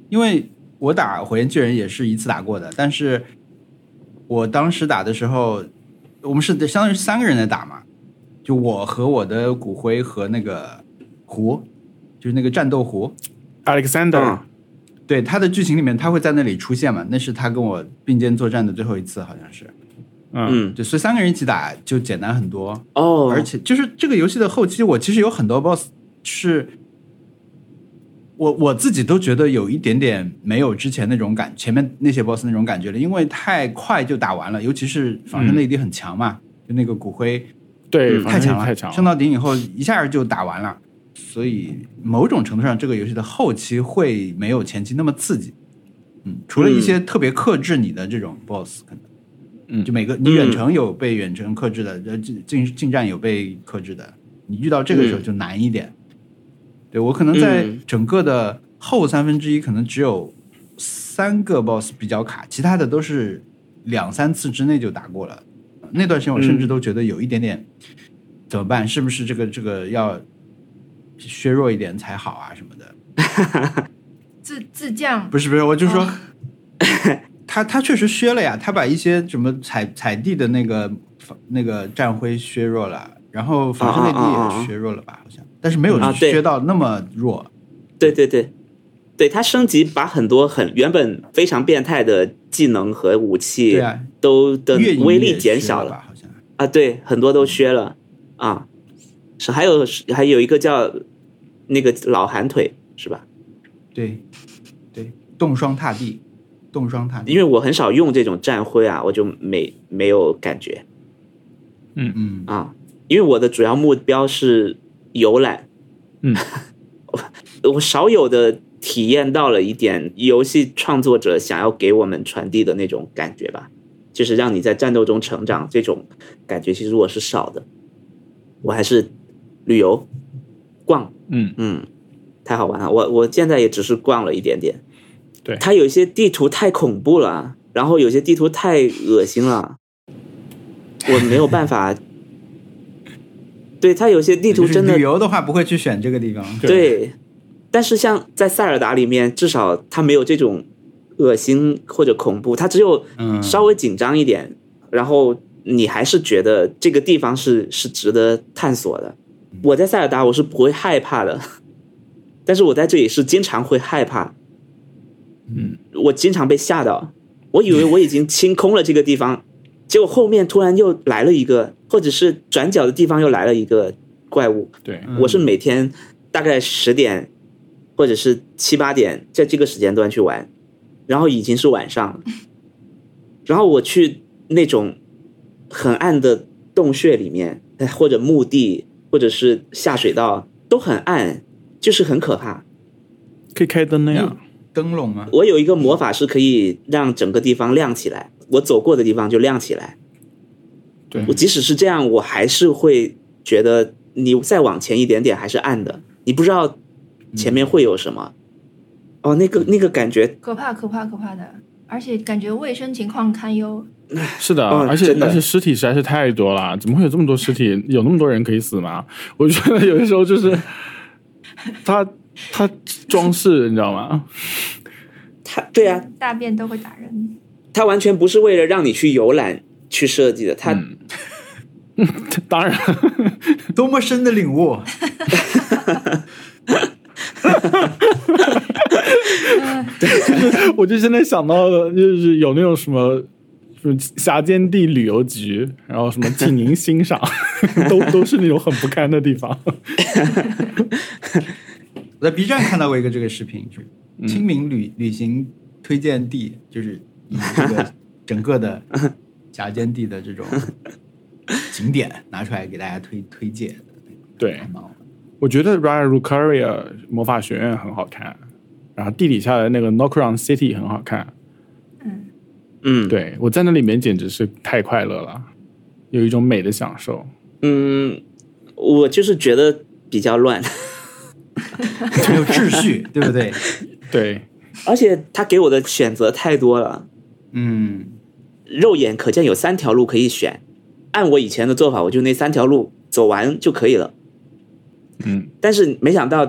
因为我打火焰巨人也是一次打过的，但是我当时打的时候，我们是相当于是三个人在打嘛，就我和我的骨灰和那个狐，就是那个战斗狐 Alexander、嗯、 对，他的剧情里面他会在那里出现嘛，那是他跟我并肩作战的最后一次好像是。 嗯， 对，所以三个人一起打就简单很多哦。 而且就是这个游戏的后期，我其实有很多 boss 是我我自己都觉得有一点点没有之前那种感，前面那些 boss 那种感觉了，因为太快就打完了，尤其是仿生内力很强嘛，嗯、就那个骨灰， 对， 嗯、太强了， 太强了， 升到顶以后一下就打完了，所以某种程度上，这个游戏的后期会没有前期那么刺激。嗯，除了一些特别克制你的这种 boss， 可能。嗯，就每个你远程有被远程克制的，呃、嗯，近近战有被克制的，你遇到这个时候就难一点。嗯、对我可能在整个的后三分之一，可能只有三个 boss 比较卡，其他的都是两三次之内就打过了。那段时间我甚至都觉得有一点点、嗯、怎么办？是不是这个这个要削弱一点才好啊什么的？ 自自降不是不是，我就说。哦他他确实削了呀，他把一些什么踩踩地的那个那个战灰削弱了，然后仿生内力也削弱了吧，好像，但是没有削到那么弱。 啊、对对对，对他升级把很多很原本非常变态的技能和武器都的威力减小了， 了好像啊，对，很多都削了啊，是还有还有一个叫那个老寒腿是吧？ 对对，冻霜踏地。冻霜踏地， 因为我很少用这种战灰啊，我就没没有感觉。 嗯嗯啊，因为我的主要目标是游览。 嗯， 我, 我少有的体验到了一点游戏创作者想要给我们传递的那种感觉吧，就是让你在战斗中成长，这种感觉其实我是少的。我还是旅游逛， 嗯嗯，太好玩了。我我现在也只是逛了一点点。 对， 它有一些地图太恐怖了，然后有些地图太恶心了，我没有办法。对，它有些地图真的、 就是、旅游的话不会去选这个地方。 对，对，但是像在塞尔达里面，至少它没有这种恶心或者恐怖，它只有稍微紧张一点，嗯、然后你还是觉得这个地方是是值得探索的。我在塞尔达我是不会害怕的，但是我在这里是经常会害怕。 嗯， 我经常被吓到，我以为我已经清空了这个地方，结果后面突然又来了一个，或者是转角的地方又来了一个怪物。 对， 我是每天大概十点或者是七八点在这个时间段去玩，然后已经是晚上了，然后我去那种很暗的洞穴里面，或者墓地，或者是下水道，都很暗，就是很可怕。 可以开灯那样。 灯笼吗？ 我有一个魔法是可以让整个地方亮起来，我走过的地方就亮起来。 对， 我即使是这样，我还是会觉得你再往前一点点还是暗的，你不知道前面会有什么。嗯、哦，那个那个感觉可怕可怕可怕的，而且感觉卫生情况堪忧。 是的， 哦、 而且而且尸体实在是太多了，怎么会有这么多尸体？有那么多人可以死吗？我觉得有的时候就是他。它装饰，你知道吗？ 它对啊， 大便都会打人。 它完全不是为了让你去游览去设计的，它、 嗯、当然， 多么深的领悟！ 我就现在想到的，就是有那种什么。霞间地旅游局，然后什么请您欣赏，都都是那种很不堪的地方。 我在 B 站看到过一个这个视频，就是清明旅、嗯、旅行推荐地，就是以这个整个的霞间地的这种景点拿出来给大家推推荐。 对，我觉得 Raya Lucaria 魔法学院很好看，然后地底下的那个 Nokron City 很好看。 嗯嗯， 对，我在那里面简直是太快乐了，有一种美的享受。 嗯，我就是觉得比较乱。 没有秩序，对不对？ 对， 而且他给我的选择太多了。 嗯， 肉眼可见有三条路可以选，按我以前的做法，我就那三条路走完就可以了。 嗯， 但是没想到你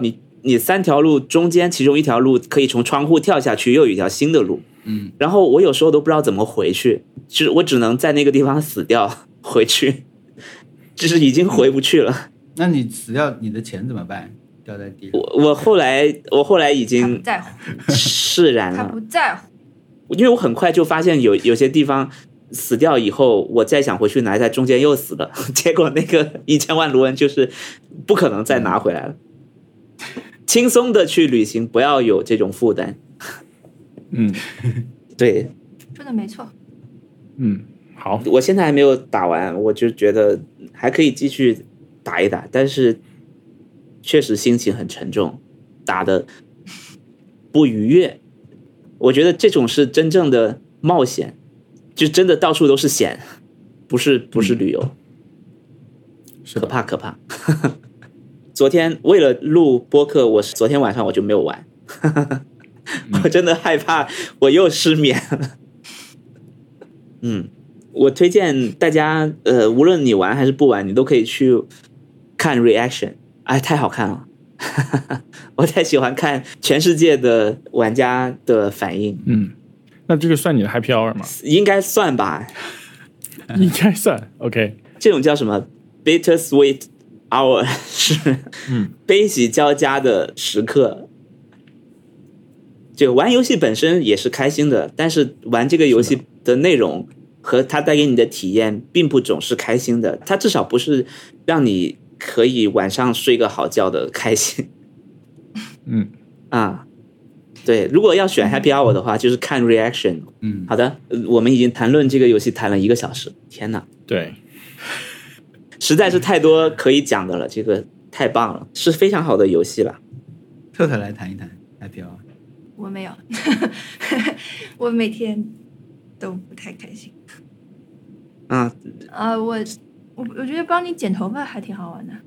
你三条路中间其中一条路可以从窗户跳下去，又有一条新的路。 嗯， 然后我有时候都不知道怎么回去，就是我只能在那个地方死掉回去，就是已经回不去了。 那你死掉，你的钱怎么办？掉在地上？ 我我后来我后来已他经不在乎， 释然他了， 不在乎。 因为我很快就发现有有些地方死掉以后，我再想回去拿，在中间又死了，结果那个一千万卢恩就是不可能再拿回来了。轻松的去旅行，不要有这种负担。 嗯， 对， 说的没错。 嗯，好， 我现在还没有打完，我就觉得还可以继续打一打，但是确实心情很沉重，打的不愉悦。我觉得这种是真正的冒险，就真的到处都是险，不是不是旅游， 嗯、 可怕可怕。昨天为了录播客，我昨天晚上我就没有玩，我真的害怕我又失眠了。嗯，我推荐大家，呃，无论你玩还是不玩，你都可以去看 reaction， 哎，太好看了。我太喜欢看全世界的玩家的反应。 嗯，那这个算你的 happy hour 吗？ 应该算吧， 应该算。OK， 这种叫什么 bitter sweet hour， 是嗯悲喜交加的时刻。这个玩游戏本身也是开心的，但是玩这个游戏的内容和它带给你的体验并不总是开心的，它至少不是让你可以晚上睡个好觉的开心。 嗯啊，对，如果要选 happy hour 的话，就是看 reaction。 嗯， 好的，我们已经谈论这个游戏谈了一个小时，天哪， 对， 实在是太多可以讲的了，这个太棒了，是非常好的游戏了。 特特来谈一谈 happy hour。 我没有，我每天都不太开心。 啊， 啊、呃，我我我觉得帮你剪头发还挺好玩的。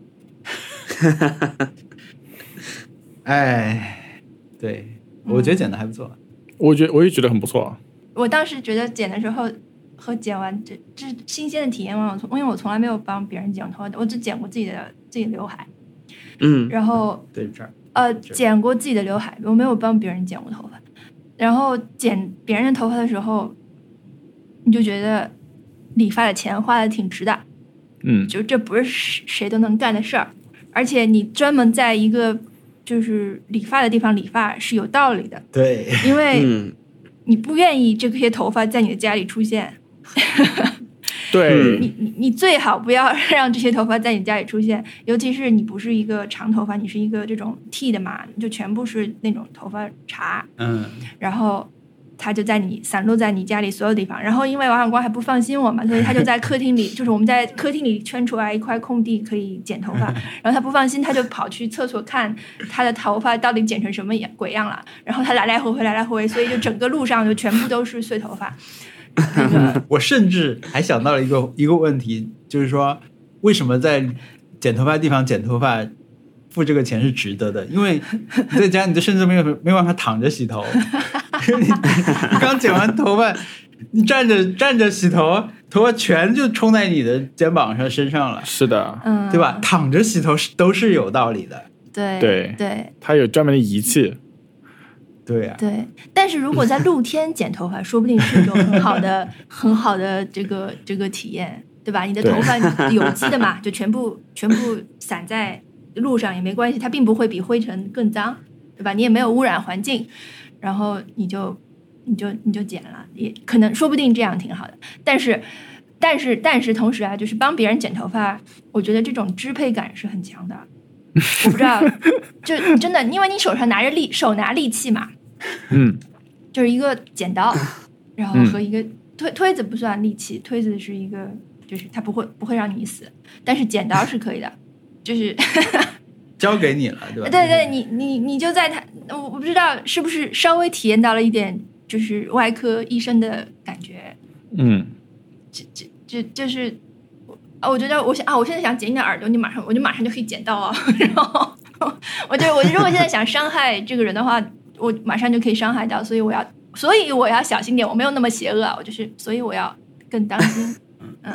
哎，对，我觉得剪的还不错。 我觉得我也觉得很不错。 我当时觉得剪的时候和剪完这这是新鲜的体验嘛，因为我从来没有帮别人剪头发，我只剪过自己的自己的刘海。 嗯， 然后对这儿。 呃，剪过自己的刘海，我没有帮别人剪过头发。然后剪别人的头发的时候，你就觉得理发的钱花的挺值的， 嗯， 就这不是谁都能干的事儿，而且你专门在一个就是理发的地方理发是有道理的， 对， 因为你不愿意这些头发在你的家里出现。 对， 你你你最好不要让这些头发在你家里出现，尤其是你不是一个长头发，你是一个这种剃的嘛，就全部是那种头发茬， 嗯， 然后他就在你散落在你家里所有地方，然后因为王小光还不放心我嘛，所以他就在客厅里，就是我们在客厅里圈出来一块空地可以剪头发，然后他不放心，他就跑去厕所看他的头发到底剪成什么鬼样了，然后他来来回回来来回回，所以就整个路上就全部都是碎头发。那个、 我甚至还想到了一个一个问题，就是说为什么在剪头发的地方剪头发付这个钱是值得的？因为你在家你就甚至没有没有办法躺着洗头，你, 你刚剪完头发，你站着站着洗头，头发全就冲在你的肩膀上身上了。 是的， 嗯， 对吧？躺着洗头是都是有道理的。 对对对， 它有专门的仪器。 对呀、啊， 对，但是如果在露天剪头发，说不定是一种很好的、很好的这个这个体验，对吧？你的头发有机的嘛，就全部全部散在路上也没关系，它并不会比灰尘更脏，对吧？你也没有污染环境，然后你就你就你就剪了，也可能说不定这样挺好的。但是但是但是同时啊，就是帮别人剪头发，我觉得这种支配感是很强的。我不知道，就真的，因为你手上拿着利手拿利器嘛。 嗯， 就是一个剪刀，然后和一个推推子不算利器，推子是一个，就是它不会不会让你死，但是剪刀是可以的，就是交给你了，对吧？ 对对，你你你就在它，我不知道是不是稍微体验到了一点，就是外科医生的感觉， 嗯， 这这这就是啊，我觉得我想啊，我现在想剪你的耳朵，你马上我就马上就可以剪到啊，然后我就我如果现在想伤害这个人的话。我马上就可以伤害到，所以我要，所以我要小心点。我没有那么邪恶啊，我就是，所以我要更当心。嗯，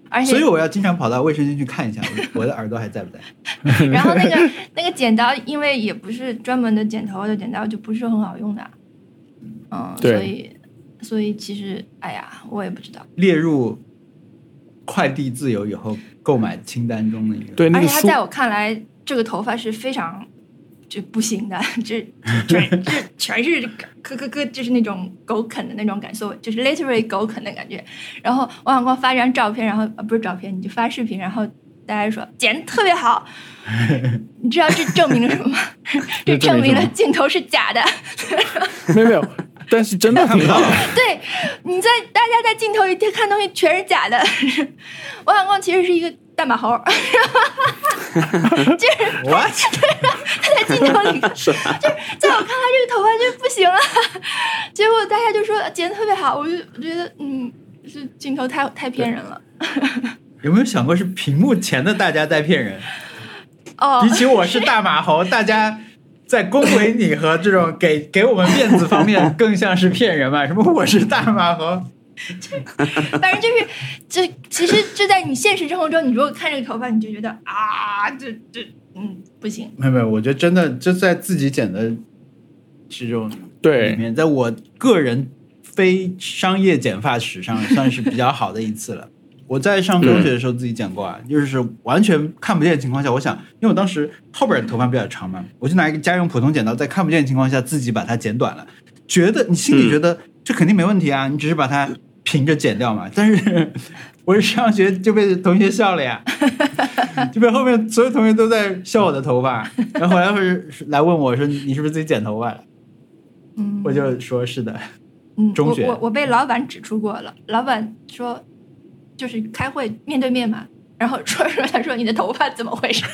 而且所以我要经常跑到卫生间去看一下我的耳朵还在不在。 然后那个那个剪刀，因为也不是专门的剪头的剪刀，就不是很好用的。嗯，所以所以其实哎呀，我也不知道。 列入快递自由以后购买清单中的一个。 对，那个而且他在我看来，这个头发是非常就不行的，这全这全是磕磕磕，就是那种狗啃的那种感受，就是 literally 狗啃的感觉。然后王小光发张照片，然后、啊、不是照片，你就发视频，然后大家说剪得特别好，你知道这证明了什么吗？这证明了镜头是假的。 没有没有，但是真的挺好的。 对，你在大家在镜头里看东西全是假的。王小光其实是一个大马猴，就是 What？ 他在镜头里看，就是在我看来这个头发就不行了。结果大家就说剪得特别好，我就我觉得嗯，是镜头太太骗人了。 有没有想过是屏幕前的大家在骗人？ 哦， 比起我是大马猴，大家在恭维你和这种给给我们面子方面更像是骗人嘛？什么我是大马猴？ 反正就是这，其实这在你现实生活中，你如果看这个头发，你就觉得啊，这这嗯不行。 没有没有，我觉得真的就在自己剪的这种对里面，在我个人非商业剪发史上算是比较好的一次了。我在上中学的时候自己剪过啊，就是完全看不见的情况下，我想，因为我当时后边的头发比较长嘛，我就拿一个家用普通剪刀，在看不见的情况下自己把它剪短了，觉得你心里觉得这肯定没问题啊，你只是把它平着剪掉嘛。但是我上学就被同学笑了呀，就被后面所有同学都在笑我的头发，然后后来会来问我说你是不是自己剪头发了？ 嗯， 我就说是的。 嗯， 中学我我我被老板指出过了，老板说。就是开会面对面嘛，然后说说他说你的头发怎么回事？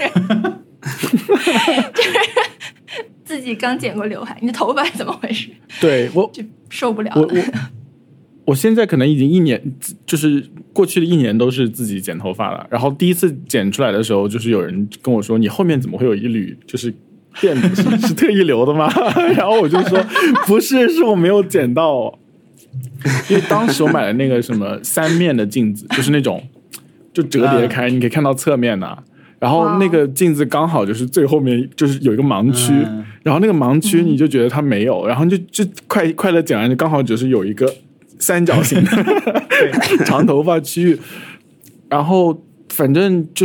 就是自己刚剪过刘海，你的头发怎么回事？ 对我就受不了了。我我我现在可能已经一年，就是过去的一年都是自己剪头发了。然后第一次剪出来的时候，就是有人跟我说：“你后面怎么会有一缕就是辫子？是是特意留的吗？”然后我就说：“不是，是我没有剪到。”因为当时我买了那个什么三面的镜子，就是那种就折叠开，你可以看到侧面的、啊。然后那个镜子刚好就是最后面就是有一个盲区，嗯、然后那个盲区你就觉得它没有，嗯、然后就就快快乐剪完就刚好只是有一个三角形的长头发区域。然后反正就是，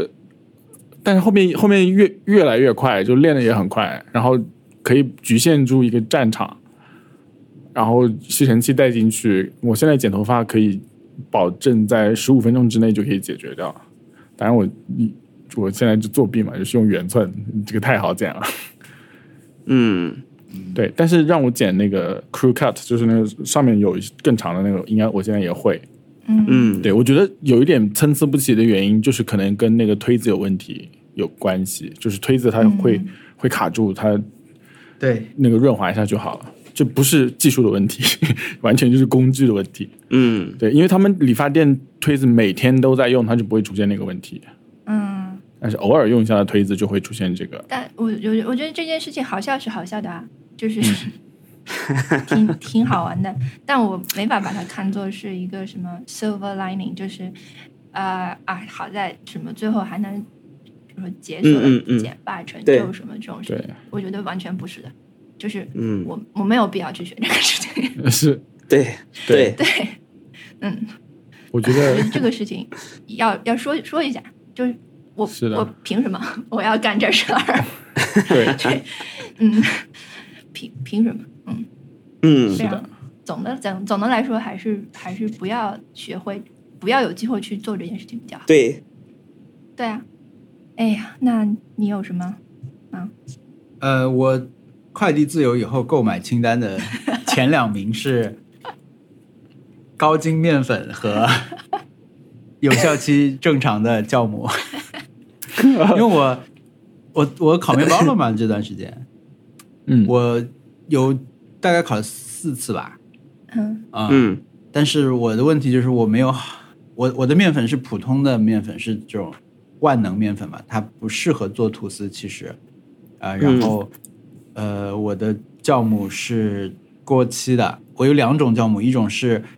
但是后面后面越越来越快，就练得也很快，然后可以局限住一个战场。然后吸尘器带进去，我现在剪头发可以保证在十五分钟之内就可以解决掉。当然我我现在就作弊嘛，就是用圆寸，这个太好剪了。 嗯， 对，但是让我剪那个 crew cut， 就是那个上面有更长的那个，应该我现在也会。 嗯， 对，我觉得有一点参差不齐的原因，就是可能跟那个推子有问题有关系，就是推子它会、嗯、会卡住，它对那个润滑一下就好了。这不是技术的问题，完全就是工具的问题。 嗯， 对，因为他们理发店推子每天都在用，它就不会出现那个问题。 嗯， 但是偶尔用一下的推子就会出现这个。 但我我我觉得这件事情好笑是好笑的啊，就是、嗯、挺挺好玩的，但我没法把它看作是一个什么 silver lining， 就是呃啊，好在什么最后还能什么解锁了剪发成就什么这种事情，我觉得完全不是的。就是我、嗯、我没有必要去学这个事情， 是对对对，嗯， 我觉得这个事情要要说说一下，就是我我凭什么我要干这事儿？ 对， 嗯，凭凭什么？嗯嗯， 是的，总的总总的来说，还是还是不要学会，不要有机会去做这件事情比较好。 对， 对啊，哎呀，那你有什么啊？ 呃，我。快递自由以后购买清单的前两名是高筋面粉和有效期正常的酵母。因为我我我烤面包了嘛，这段时间， 嗯， 我有大概烤了四次吧， 嗯啊、嗯，但是我的问题就是我没有，我我的面粉是普通的面粉，是这种万能面粉嘛，它不适合做吐司，其实，啊、呃，然后。嗯呃，我的酵母是过期的。我有两种酵母，一种是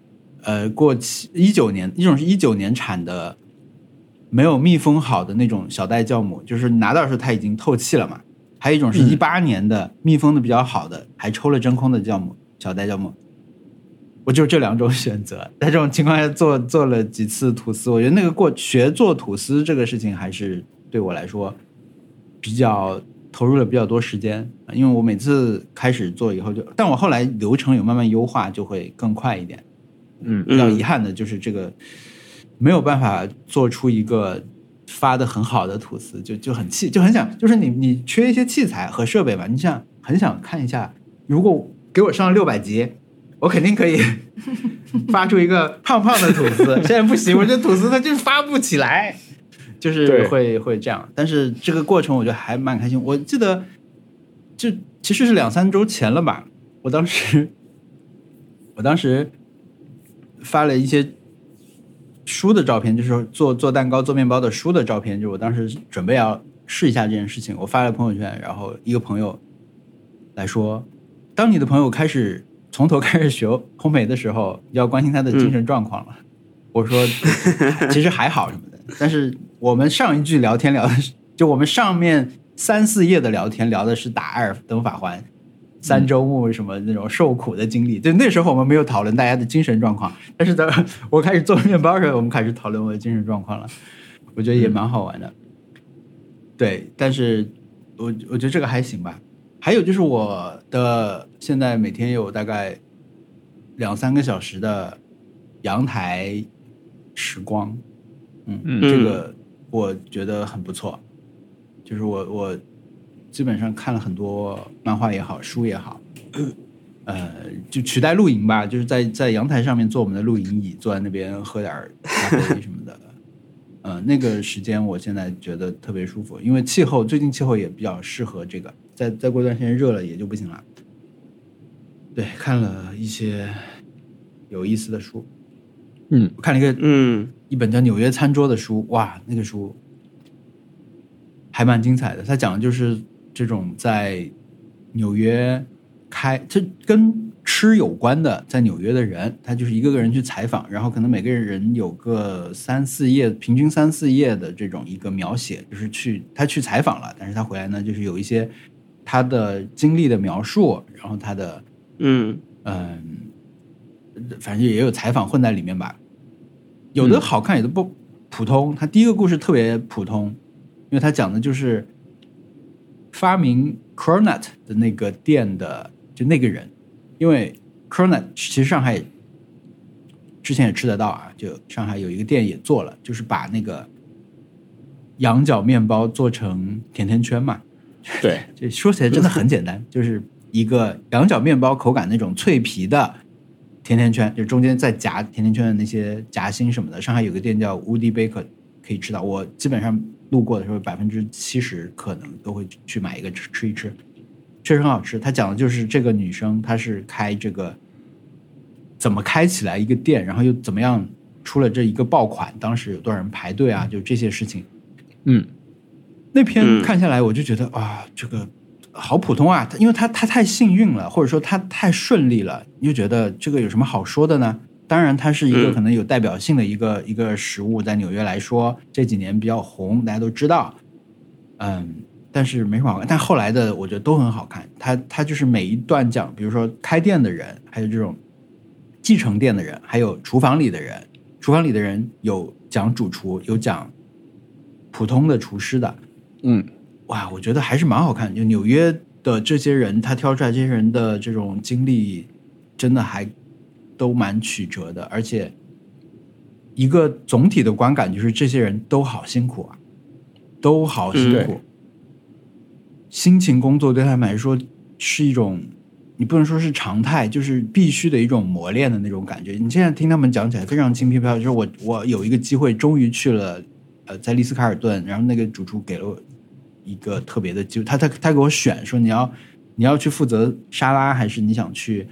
呃过期一九年，一种是一九年产的，没有密封好的那种小袋酵母，就是拿到的时候它已经透气了嘛。还有一种是一八年的、嗯、密封的比较好的，还抽了真空的酵母，小袋酵母。我就这两种选择，在这种情况下做做了几次吐司，我觉得那个过学做吐司这个事情还是对我来说比较投入了比较多时间，因为我每次开始做以后就，但我后来流程有慢慢优化，就会更快一点。 嗯， 比较遗憾的就是这个没有办法做出一个发的很好的吐司，就就很气，就很想，就是你你缺一些器材和设备吧，你想很想看一下，如果给我上六百级。我肯定可以发出一个胖胖的吐司，现在不行，我这吐司它就是发不起来，就是会会这样。但是这个过程我觉得还蛮开心。我记得就其实是两三周前了吧，我当时我当时发了一些书的照片，就是做做蛋糕、做面包的书的照片，就是我当时准备要试一下这件事情，我发了朋友圈，然后一个朋友来说，当你的朋友开始。从头开始学烘焙的时候，要关心他的精神状况了。嗯、我说，其实还好什么的。但是我们上一句聊天聊的是，就我们上面三四页的聊天聊的是打艾尔登法环、三周目什么那种受苦的经历。就那时候我们没有讨论大家的精神状况，但是等我开始做面包的时候，我们开始讨论我的精神状况了。我觉得也蛮好玩的。嗯、对，但是我我觉得这个还行吧。还有就是我的现在每天有大概两三个小时的阳台时光，嗯，嗯这个我觉得很不错。就是我我基本上看了很多漫画也好，书也好，呃，就取代露营吧，就是在在阳台上面做我们的露营椅，坐在那边喝点咖啡什么的。呃，那个时间我现在觉得特别舒服，因为气候最近气候也比较适合这个，再再过段时间热了也就不行了。对，看了一些有意思的书， 嗯， 我看了一个嗯一本叫《纽约餐桌》的书，哇，那个书还蛮精彩的。它讲的就是这种在纽约开，这跟吃有关的，在纽约的人，他就是一个个人去采访，然后可能每个人有个三四页，平均三四页的这种一个描写，就是去他去采访了，但是他回来呢，就是有一些他的经历的描述，然后他的嗯嗯，反正也有采访混在里面吧，有的好看，有的不普通。他第一个故事特别普通，因为他讲的就是发明 Cronut 的那个店的就那个人。因为 Cronut 其实上海之前也吃得到啊，就上海有一个店也做了，就是把那个羊角面包做成甜甜圈嘛。 对， 这说起来真的很简单，就是一个羊角面包口感那种脆皮的甜甜圈，就中间再夹甜甜圈的那些夹心什么的。上海有个店叫 Woody Baker 可以吃到，我基本上路过的时候百分之七十可能都会去买一个吃吃一吃。确实很好吃。他讲的就是这个女生，她是开这个怎么开起来一个店，然后又怎么样出了这一个爆款，当时有多少人排队啊，就这些事情。 嗯， 那篇看下来，我就觉得、嗯、啊，这个好普通啊，因为他他太幸运了，或者说他太顺利了，你就觉得这个有什么好说的呢？当然，它是一个可能有代表性的一个、嗯、一个食物，在纽约来说这几年比较红，大家都知道。嗯。但是没什么好看，但后来的我觉得都很好看。他他就是每一段讲，比如说开店的人，还有这种继承店的人，还有厨房里的人。厨房里的人有讲主厨，有讲普通的厨师的。 嗯， 哇，我觉得还是蛮好看。就纽约的这些人，他挑出来这些人的这种经历，真的还都蛮曲折的。而且一个总体的观感就是这些人都好辛苦啊，都好辛苦。嗯，辛勤工作对他们来说是一种，你不能说是常态，就是必须的一种磨练的那种感觉。你现在听他们讲起来非常轻飘飘，就是我我有一个机会终于去了，呃，在丽思卡尔顿，然后那个主厨给了我一个特别的机会，他他他给我选说你要你要去负责沙拉，还是你想去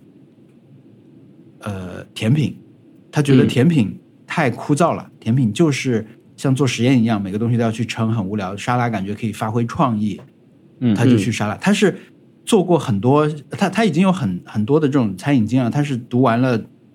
呃甜品？他觉得甜品太枯燥了，嗯、甜品就是像做实验一样，每个东西都要去称，很无聊。沙拉感觉可以发挥创意。他就去沙拉，他是做过很多，他他已经有很很多的这种餐饮经验，他是读完了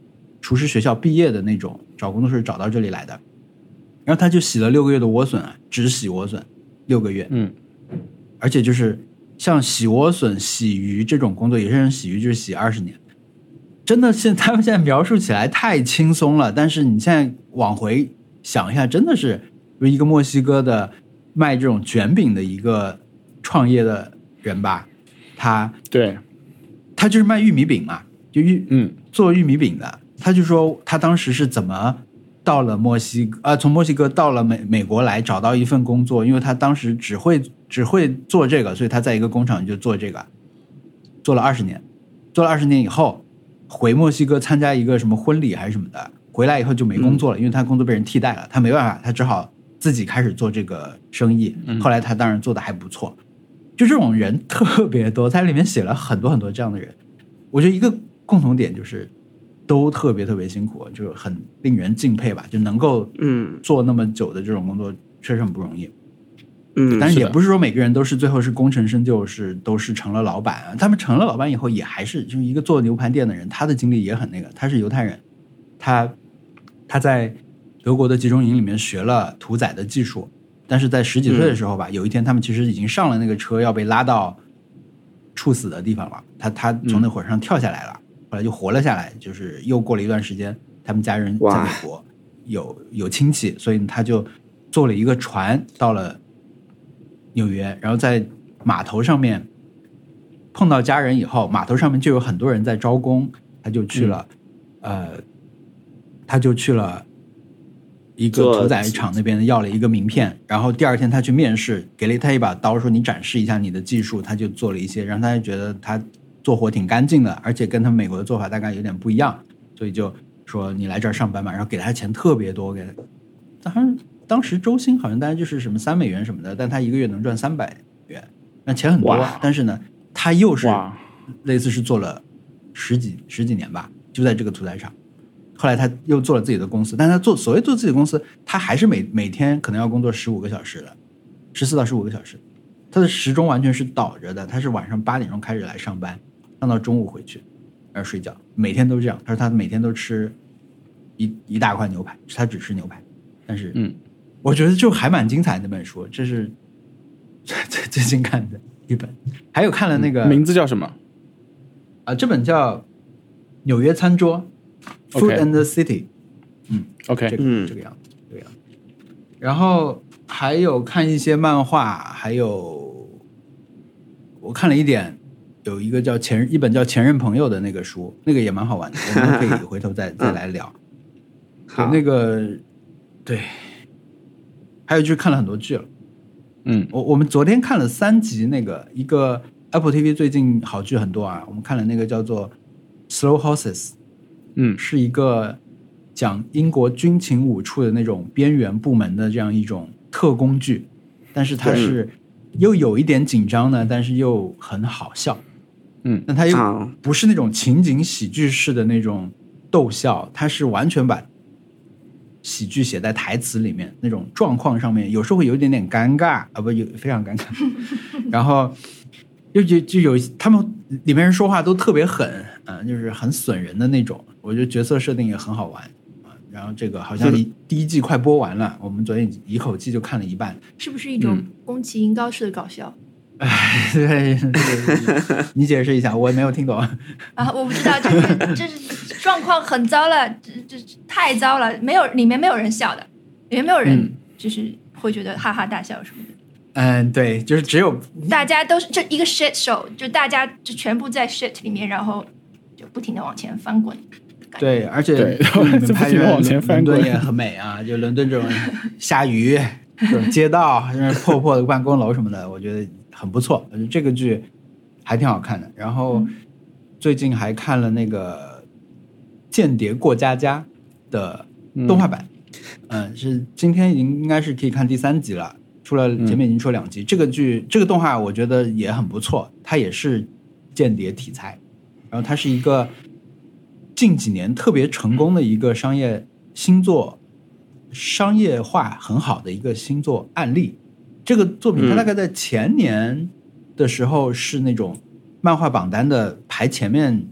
厨师学校毕业的那种，找工作是找到这里来的。然后他就洗了六个月的莴笋啊，只洗莴笋六个月， 嗯， 而且就是像洗莴笋、洗鱼这种工作，有些人洗鱼就是洗二十年，真的是他们现在描述起来太轻松了。但是你现在往回想一下，真的是一个墨西哥的卖这种卷饼的一个创业的人吧，他对， 他就是卖玉米饼嘛，就玉嗯做玉米饼的。他就说他当时是怎么到了墨西哥，呃，从墨西哥到了美美国来找到一份工作，因为他当时只会只会做这个，所以他在一个工厂就做这个，做了二十年，做了二十年以后，回墨西哥参加一个什么婚礼还是什么的，回来以后就没工作了，嗯、因为他工作被人替代了，他没办法，他只好自己开始做这个生意。嗯、后来他当然做的还不错，就这种人特别多，在里面写了很多很多这样的人，我觉得一个共同点就是。都特别特别辛苦，就是很令人敬佩吧，就能够嗯做那么久的这种工作，确实很不容易。嗯，但是也不是说每个人都是最后是功成身就，是都是成了老板啊。他们成了老板以后，也还是就是一个做牛排店的人，他的经历也很那个。他是犹太人，他他在德国的集中营里面学了屠宰的技术，但是在十几岁的时候吧，嗯、有一天他们其实已经上了那个车，要被拉到处死的地方了。他他从那火车上跳下来了。嗯后来就活了下来，就是又过了一段时间，他们家人在美国有有亲戚，所以他就坐了一个船到了纽约，然后在码头上面碰到家人以后，码头上面就有很多人在招工，他就去了，嗯、呃，他就去了一个屠宰场那边要了一个名片，然后第二天他去面试，给了他一把刀，说你展示一下你的技术，他就做了一些，让他觉得他。做活挺干净的，而且跟他们美国的做法大概有点不一样，所以就说你来这儿上班嘛，然后给他钱特别多，给他，当然当时周薪好像大概就是什么三美元什么的，但他一个月能赚三百元，那钱很多，但是呢，他又是类似是做了十几十几年吧，就在这个屠宰场，后来他又做了自己的公司，但他做所谓做自己的公司，他还是每每天可能要工作十五个小时的，十四到十五个小时，他的时钟完全是倒着的，他是晚上八点钟开始来上班。上到中午回去，然后睡觉，每天都这样。他说他每天都吃一一大块牛排，他只吃牛排。但是，嗯，我觉得就还蛮精彩那本书，这是最最近看的一本。还有看了那个、 嗯、名字叫什么？ 啊，这本叫《纽约餐桌》（Food and the City）。嗯 ，OK， 这个、嗯、这个样子，这个样子。然后还有看一些漫画，还有我看了一点。有一个叫前一本叫《前任朋友》的那个书，那个也蛮好玩的，我们可以回头再再来聊。好，那个对，还有就是看了很多剧了。嗯，我我们昨天看了三集，那个一个 Apple T V 最近好剧很多啊，我们看了那个叫做《Slow Horses》，嗯，是一个讲英国军情五处的那种边缘部门的这样一种特工剧，但是它是又有一点紧张呢，但是又很好笑。嗯，但它又不是那种情景喜剧式的那种逗笑，它是完全把喜剧写在台词里面，那种状况上面有时候会有一点点尴尬啊，不，有非常尴尬。然后就就就有他们里面人说话都特别狠，嗯、呃，就是很损人的那种。我觉得角色设定也很好玩啊。然后这个好像第一季快播完了，我们昨天一口气就看了一半。 是不是一种宫崎英高式的搞笑？ 哎、嗯，对，你解释一下，我也没有听懂啊。我不知道，就是就是状况很糟了，这这太糟了，没有里面没有人笑的，里面没有人就是会觉得哈哈大笑什么的。 嗯，对，就是只有大家都是就一个 shit show， 就大家就全部在 shit 里面，然后就不停的往前翻滚。 对，而且你们拍的伦敦也很美啊，就伦敦这种下雨、这种街道、破破的办公楼什么的，我觉得很不错。这个剧还挺好看的。然后最近还看了那个《间谍过家家》的动画版，嗯，嗯是今天已经应该是可以看第三集了。出了前面已经出了两集、嗯、这个剧这个动画我觉得也很不错，它也是间谍题材，然后它是一个近几年特别成功的一个商业新作，商业化很好的一个新作案例。这个作品它大概在前年的时候是那种漫画榜单的排前面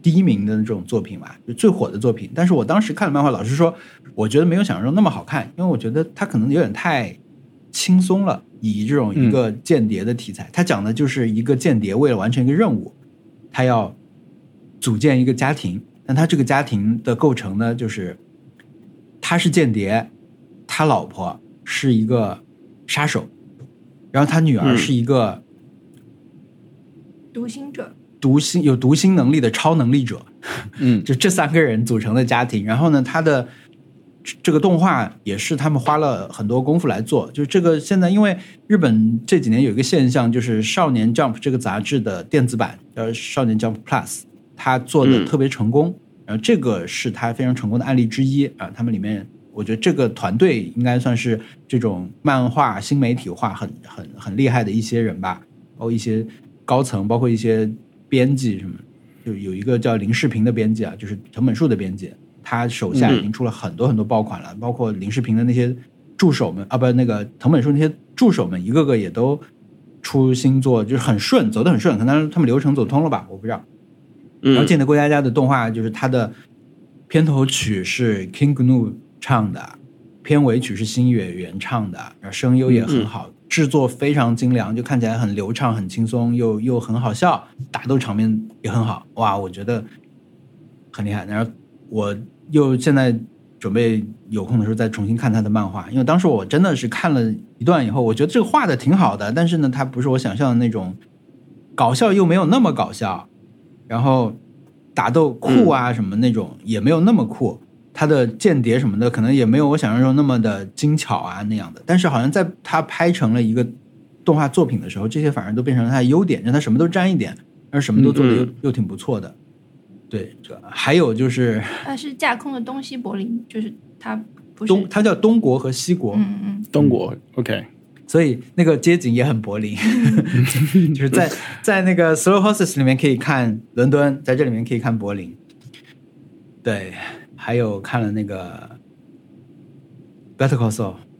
第一名的那种作品吧，就最火的作品。但是我当时看了漫画，老实说，我觉得没有想象中那么好看，因为我觉得它可能有点太轻松了。以这种一个间谍的题材，它讲的就是一个间谍为了完成一个任务，他要组建一个家庭。但他这个家庭的构成呢，就是他是间谍，他老婆是一个杀手，然后他女儿是一个读心者， 读心有读心能力的超能力者。 嗯， 就这三个人组成的家庭。然后呢，他的这个动画也是他们花了很多功夫来做。就是这个现在因为日本这几年有一个现象，就是少年 Jump 这个杂志的电子版叫少年 Jump Plus， 它做的特别成功。嗯，然后这个是他非常成功的案例之一啊。他们里面我觉得这个团队应该算是这种漫画新媒体化很很很厉害的一些人吧，包括一些高层，包括一些编辑什么。就有一个叫林世平的编辑啊，就是藤本树的编辑，他手下已经出了很多很多爆款了。嗯，包括林世平的那些助手们啊，不，那个藤本树那些助手们，一个个也都出新作，就是很顺，走得很顺，可能他们流程走通了吧，我不知道。然后《间谍过家家》的动画，就是它的片头曲是 King Gnu 唱的，片尾曲是星野源唱的，然后声优也很好，嗯，制作非常精良，就看起来很流畅、很轻松，又又很好笑，打斗场面也很好，哇，我觉得很厉害。然后我又现在准备有空的时候再重新看他的漫画，因为当时我真的是看了一段以后，我觉得这个画的挺好的，但是呢，它不是我想象的那种搞笑，又没有那么搞笑。然后打斗酷啊什么那种也没有那么酷，他的间谍什么的可能也没有我想象中那么的精巧啊那样的。但是好像在他拍成了一个动画作品的时候，这些反而都变成了他的优点，让他什么都沾一点，而什么都做的又、嗯、又挺不错的。对，这还有就是他是架空的东西柏林，就是他不是东，他叫东国和西国， 嗯嗯， 东国 OK。 所以那个街景也很柏林，就是在在那个 Slow Horses 里面可以看伦敦，在这里面可以看柏林。对，还有看了那个 Better Call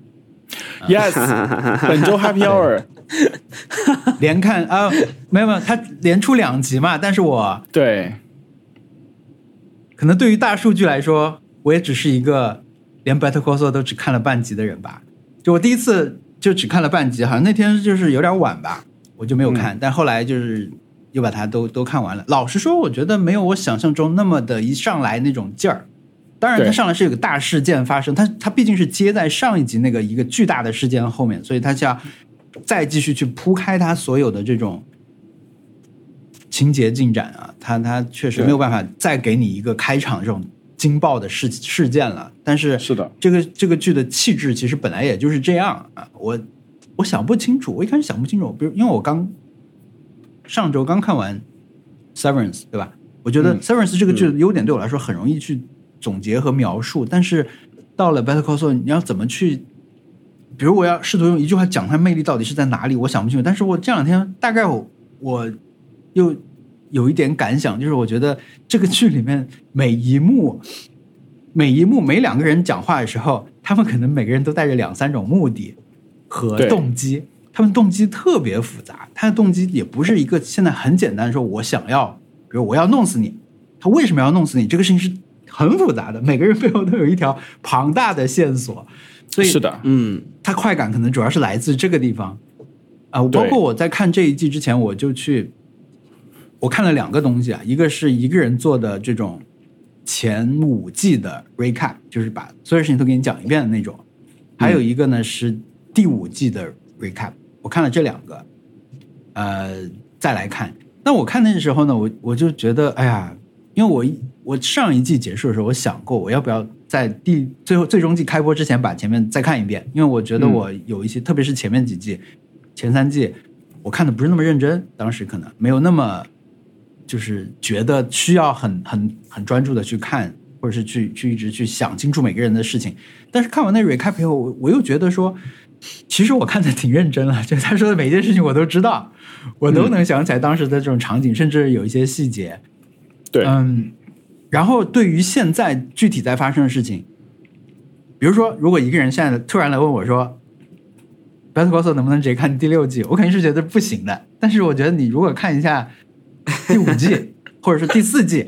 Saul。Yes， 本周 Happy Hour 连看啊，没有没有，他连出两集嘛，但是我对， 可能对于大数据来说，我也只是一个连 Better Call Saul 都只看了半集的人吧。就我第一次就只看了半集，好像那天就是有点晚吧，我就没有看，嗯，但后来就是又把它都都看完了。老实说，我觉得没有我想象中那么的一上来那种劲儿。当然，它上来是有个大事件发生，它它毕竟是接在上一集那个一个巨大的事件后面，所以它就要再继续去铺开它所有的这种情节进展啊。它它确实没有办法再给你一个开场这种惊爆的事事件了，但是是的， 这个这个剧的气质其实本来也就是这样啊。我我想不清楚，我一开始想不清楚，比如因为我刚上周刚看完 Severance， 对吧？我觉得 Severance 这个剧的优点对我来说很容易去总结和描述，嗯，但是到了 Better Call Saul， 你要怎么去？比如我要试图用一句话讲它魅力到底是在哪里，我想不清楚。但是我这两天大概我我又有一点感想，就是我觉得这个剧里面每一幕每一幕每两个人讲话的时候，他们可能每个人都带着两三种目的和动机，他们动机特别复杂，他的动机也不是一个现在很简单说我想要，比如我要弄死你，他为什么要弄死你，这个事情是很复杂的，每个人背后都有一条庞大的线索，所以是的， 嗯，他快感可能主要是来自这个地方啊。包括我在看这一季之前，我就去我看了两个东西啊，一个是一个人做的这种前五季的 recap， 就是把所有事情都给你讲一遍的那种，还有一个呢是第五季的 recap， 我看了这两个，呃，再来看。那我看那时候呢，我我就觉得，哎呀，因为我我上一季结束的时候，我想过我要不要在第最后最终季开播之前把前面再看一遍，因为我觉得我有一些，嗯，特别是前面几季，前三季我看的不是那么认真，当时可能没有那么就是觉得需要很很很专注的去看，或者是去去一直去想清楚每个人的事情。但是看完那 recap 以后，我我又觉得说，其实我看的挺认真了，就他说的每一件事情我都知道，我都能想起来当时的这种场景，嗯，甚至有一些细节。 对， 嗯，然后对于现在具体在发生的事情，比如说，如果一个人现在突然来问我说 ，Better Call Saul 能不能直接看第六季？我肯定是觉得不行的。但是我觉得你如果看一下第五季或者是第四季，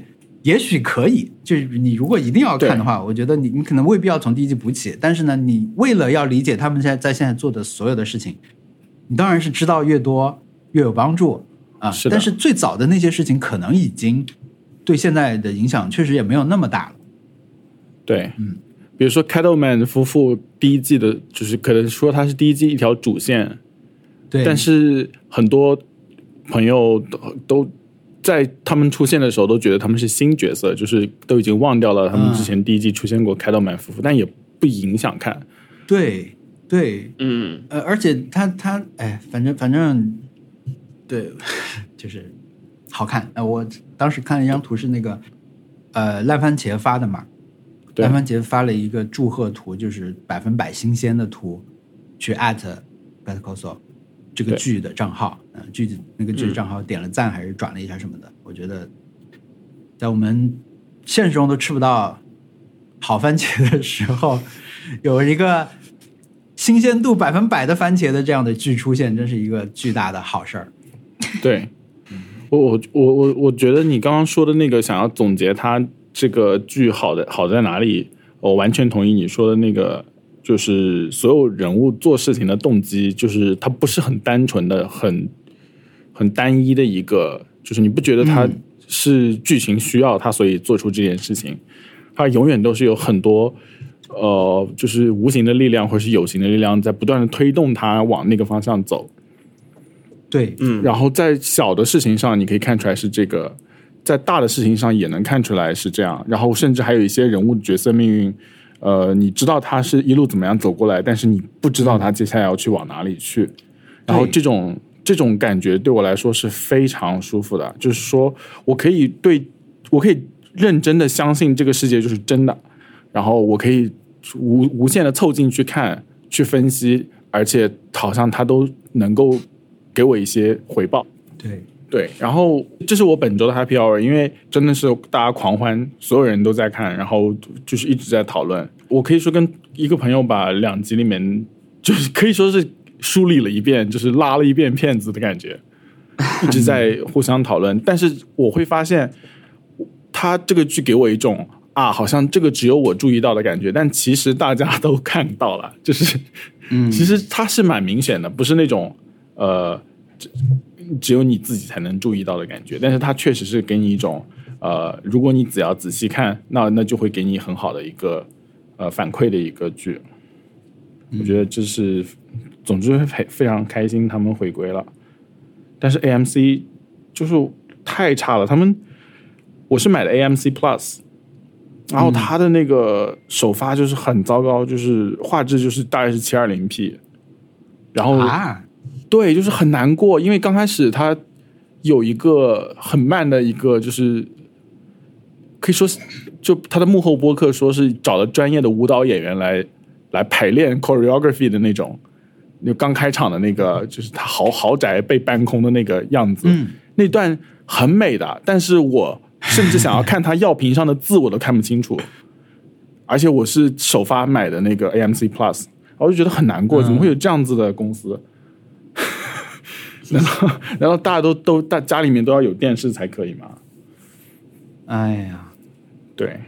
也许可以，就是你如果一定要看的话，我觉得你你可能未必要从第一季补起，但是呢，你为了要理解他们现在在现在做的所有的事情，你当然是知道越多越有帮助啊。 是但是最早的那些事情可能已经对现在的影响确实也没有那么大了。 对， 嗯， 比如说 Kettleman 夫妇第一季的，就是可能说它是第一季一条主线， 对， 但是很多朋友都都在他们出现的时候都觉得他们是新角色，就是都已经忘掉了他们之前第一季出现过 Kettleman 夫妇，嗯、但也不影响看。 对对， 嗯， 呃，而且他他哎，反正反正对，就是好看。呃，我当时看了一张图是那个呃烂番茄发的嘛，烂番茄发了一个祝贺图，就是百分百新鲜的图，去 at Better Call Saul这个剧的账号，嗯、呃，剧那个剧的账号点了赞还是转了一下什么的。嗯、我觉得在我们现实中都吃不到好番茄的时候，有一个新鲜度百分百的番茄的这样的剧出现，真是一个巨大的好事儿。 对，我我我我我觉得你刚刚说的那个想要总结它这个剧好的好在哪里，我完全同意你说的那个。就是所有人物做事情的动机，就是他不是很单纯的、很很单一的一个，就是你不觉得他是剧情需要他，所以做出这件事情，他永远都是有很多呃，就是无形的力量或是有形的力量在不断的推动他往那个方向走。 对， 嗯，然后在小的事情上你可以看出来是这个，在大的事情上也能看出来是这样，然后甚至还有一些人物角色命运。呃，你知道他是一路怎么样走过来，但是你不知道他接下来要去往哪里去。然后这种这种感觉对我来说是非常舒服的，就是说我可以对我可以认真的相信这个世界就是真的，然后我可以无无限的凑近去看、去分析，而且好像他都能够给我一些回报。 对。 对，然后这是我本周的 Happy Hour， 因为真的是大家狂欢，所有人都在看，然后就是一直在讨论。我可以说跟一个朋友把两集里面，就是可以说是梳理了一遍，就是拉了一遍片子的感觉，一直在互相讨论。但是我会发现，他这个剧给我一种啊，好像这个只有我注意到的感觉，但其实大家都看到了，就是，嗯，其实它是蛮明显的，不是那种呃。只有你自己才能注意到的感觉，但是它确实是给你一种呃，如果你只要仔细看，那那就会给你很好的一个呃反馈的一个剧。我觉得这是，总之非常开心他们回归了，但是 A M C 就是太差了，他们我是买的 A M C Plus， 然后它的那个首发就是很糟糕，就是画质就是大概是 七二零 P， 然后。啊对，就是很难过，因为刚开始他有一个很慢的一个，就是可以说是，就他的幕后播客说是找了专业的舞蹈演员来来排练 choreography 的那种，就刚开场的那个，就是他豪豪宅被搬空的那个样子，嗯，那段很美的，但是我甚至想要看他药瓶上的字我都看不清楚，而且我是首发买的那个 A M C Plus， 我就觉得很难过，怎么会有这样子的公司？难道难道大家都都大家里面都要有电视才可以吗？ 哎呀， 对，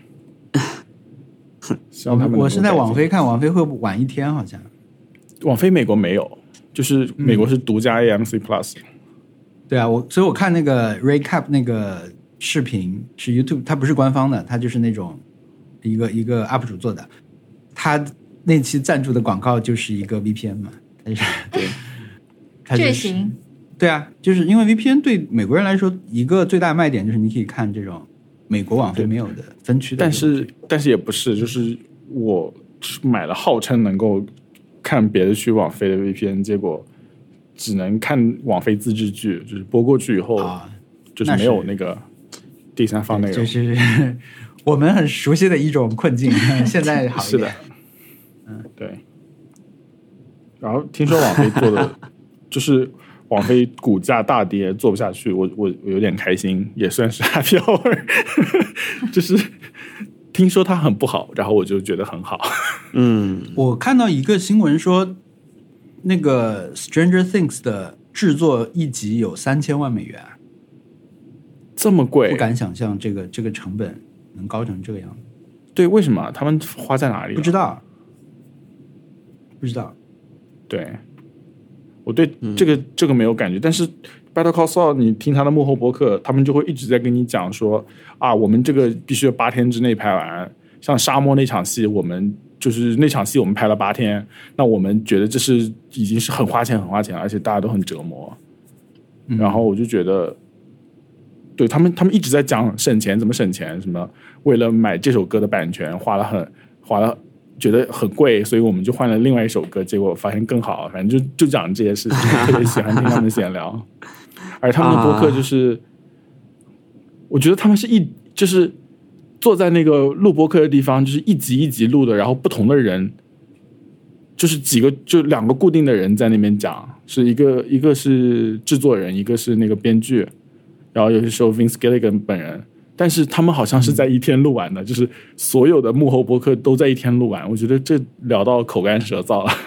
希望他们我是在网飞看，网飞会晚一天，好像。 网飞美国没有，就是美国是独家 A M C Plus。嗯、 对啊，我所以我看那个 recap 那个视频是 YouTube， 它不是官方的，它就是那种一个一个 U P 主做的，他那期赞助的广告就是一个 V P N 嘛，它就是对。 这行， 对啊，就是因为 V P N 对美国人来说一个最大卖点就是你可以看这种美国网飞没有的分区的， 但是但是也不是，就是我买了号称能够看别的区网飞的 V P N， 结果只能看网飞自制剧，就是播过去以后，啊、就是没有那个第三方内容， 就是我们很熟悉的一种困境。现在好一点， 是的，嗯，对。然后听说网飞做的。就是网飞股价大跌，做不下去，我我我有点开心，也算是 happy hour。就是听说它很不好，然后我就觉得很好。 嗯，我看到一个新闻说，那个 Stranger Things 的制作一集有三千万美元。 这么贵， 不敢想象这个这个成本能高成这个样子。 对，为什么他们花在哪里？ 不知道，不知道。 对，我对这个、嗯、这个没有感觉，但是 Better Call Saul 你听他的幕后播客，他们就会一直在跟你讲说啊，我们这个必须八天之内拍完，像沙漠那场戏，我们就是那场戏我们拍了八天，那我们觉得这是已经是很花钱很花钱，而且大家都很折磨。嗯、然后我就觉得，对他们他们一直在讲省钱怎么省钱，什么为了买这首歌的版权花了很花了。觉得很贵，所以我们就换了另外一首歌，结果发现更好。反正就就讲这些事情，特别喜欢听他们闲聊。而他们的播客就是，啊、我觉得他们是一就是坐在那个录播客的地方，就是一集一集录的，然后不同的人，就是几个就两个固定的人在那边讲，是一个一个是制作人，一个是那个编剧，然后有些时候 Vince Gilligan 本人。但是他们好像是在一天录完的、嗯、就是所有的幕后播客都在一天录完，我觉得这聊到口干舌燥了。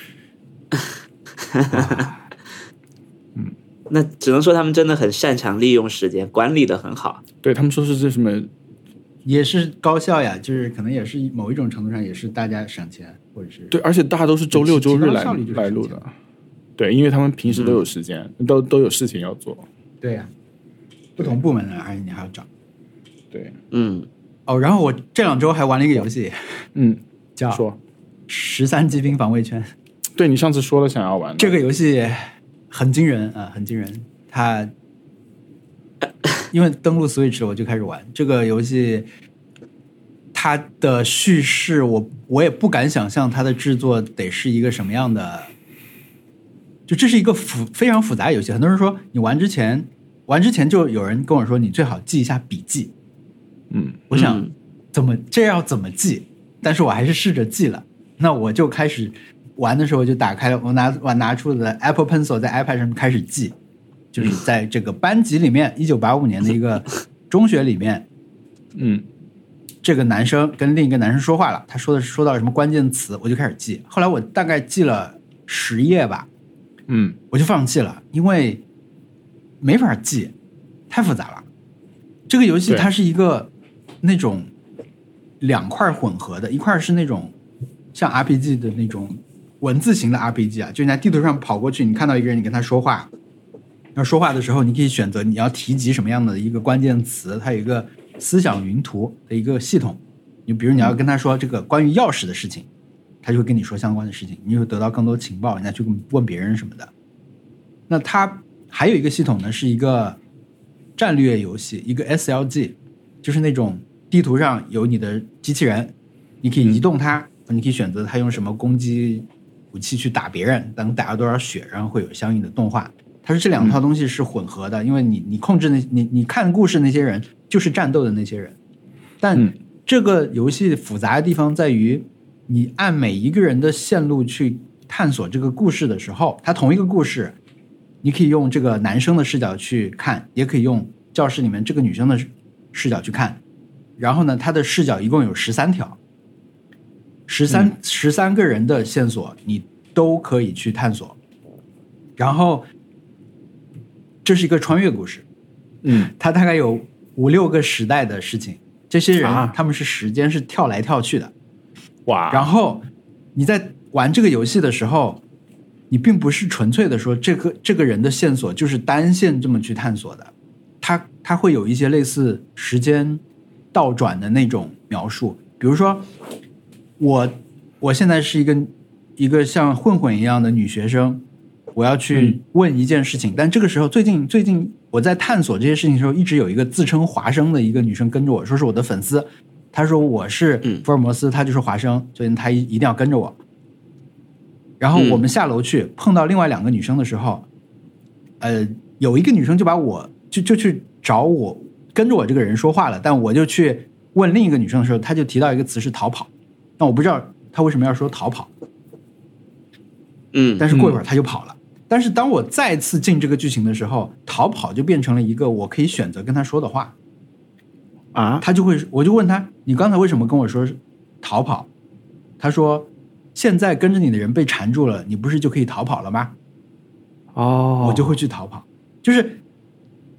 嗯，那只能说他们真的很擅长利用时间，管理的很好。 对，他们说是这什么也是高效呀，就是可能也是某一种程度上也是大家省钱，或者是对，而且大家都是周六周日来来录的。对，因为他们平时都有时间、嗯、都都有事情要做。 对呀、啊，不同部门的还你还要找。 对， 嗯，哦，然后我这两周还玩了一个游戏， 嗯， 叫说十三机兵防卫圈。 对，你上次说了想要玩的这个游戏很惊人啊，很惊人。它因为登录 Switch 我就开始玩这个游戏，它的叙事我我也不敢想象它的制作得是一个什么样的，就这是一个复非常复杂的游戏。很多人说你玩之前玩之前就有人跟我说你最好记一下笔记。 嗯， 我想怎么这要怎么记？但是我还是试着记了。那我就开始玩的时候就打开了，我拿我拿出了 Apple Pencil 在 iPad 上面开始记，就是在这个班级里面，一九八五年的一个中学里面， 嗯， 这个男生跟另一个男生说话了，他说的是说到了什么关键词，我就开始记。后来我大概记了十页吧， 嗯， 我就放弃了，因为没法记，太复杂了。这个游戏它是一个那种两块混合的，一块是那种像 R P G 的那种文字型的 R P G 啊，就你在地图上跑过去，你看到一个人，你跟他说话，然后说话的时候你可以选择你要提及什么样的一个关键词，它有一个思想云图的一个系统。你比如你要跟他说这个关于钥匙的事情，他就会跟你说相关的事情，你就会得到更多情报，你再去问别人什么的。那它还有一个系统呢，是一个战略游戏，一个 S L G， 就是那种地图上有你的机器人，你可以移动它，你可以选择它用什么攻击武器去打别人，等打了多少血，然后会有相应的动画。它是这两套东西是混合的，因为你你控制那你你看故事那些人就是战斗的那些人，但这个游戏复杂的地方在于，你按每一个人的线路去探索这个故事的时候，它同一个故事，你可以用这个男生的视角去看，也可以用教室里面这个女生的视角去看。然后呢，它的视角一共有十三条，十三十三个人的线索你都可以去探索。然后这是一个穿越故事， 嗯， 它大概有五六个时代的事情，这些人、 啊、 他们是时间是跳来跳去的， 哇！ 然后你在玩这个游戏的时候，你并不是纯粹的说这个这个人的线索就是单线这么去探索的，它它会有一些类似时间倒转的那种描述，比如说我我现在是一个一个像混混一样的女学生，我要去问一件事情、嗯、但这个时候最近最近我在探索这些事情的时候，一直有一个自称华生的一个女生跟着我，说是我的粉丝，她说我是福尔摩斯，她就是华生，所以她一定要跟着我。然后我们下楼去碰到另外两个女生的时候，呃，有一个女生就把我就就去找我跟着我这个人说话了，但我就去问另一个女生的时候，她就提到一个词是逃跑，但我不知道她为什么要说逃跑， 嗯， 但是过一会儿她就跑了。嗯，但是当我再次进这个剧情的时候，逃跑就变成了一个我可以选择跟他说的话啊， 他就会，我就问他，你刚才为什么跟我说逃跑？他说，现在跟着你的人被缠住了，你不是就可以逃跑了吗？ 哦， 我就会去逃跑。就是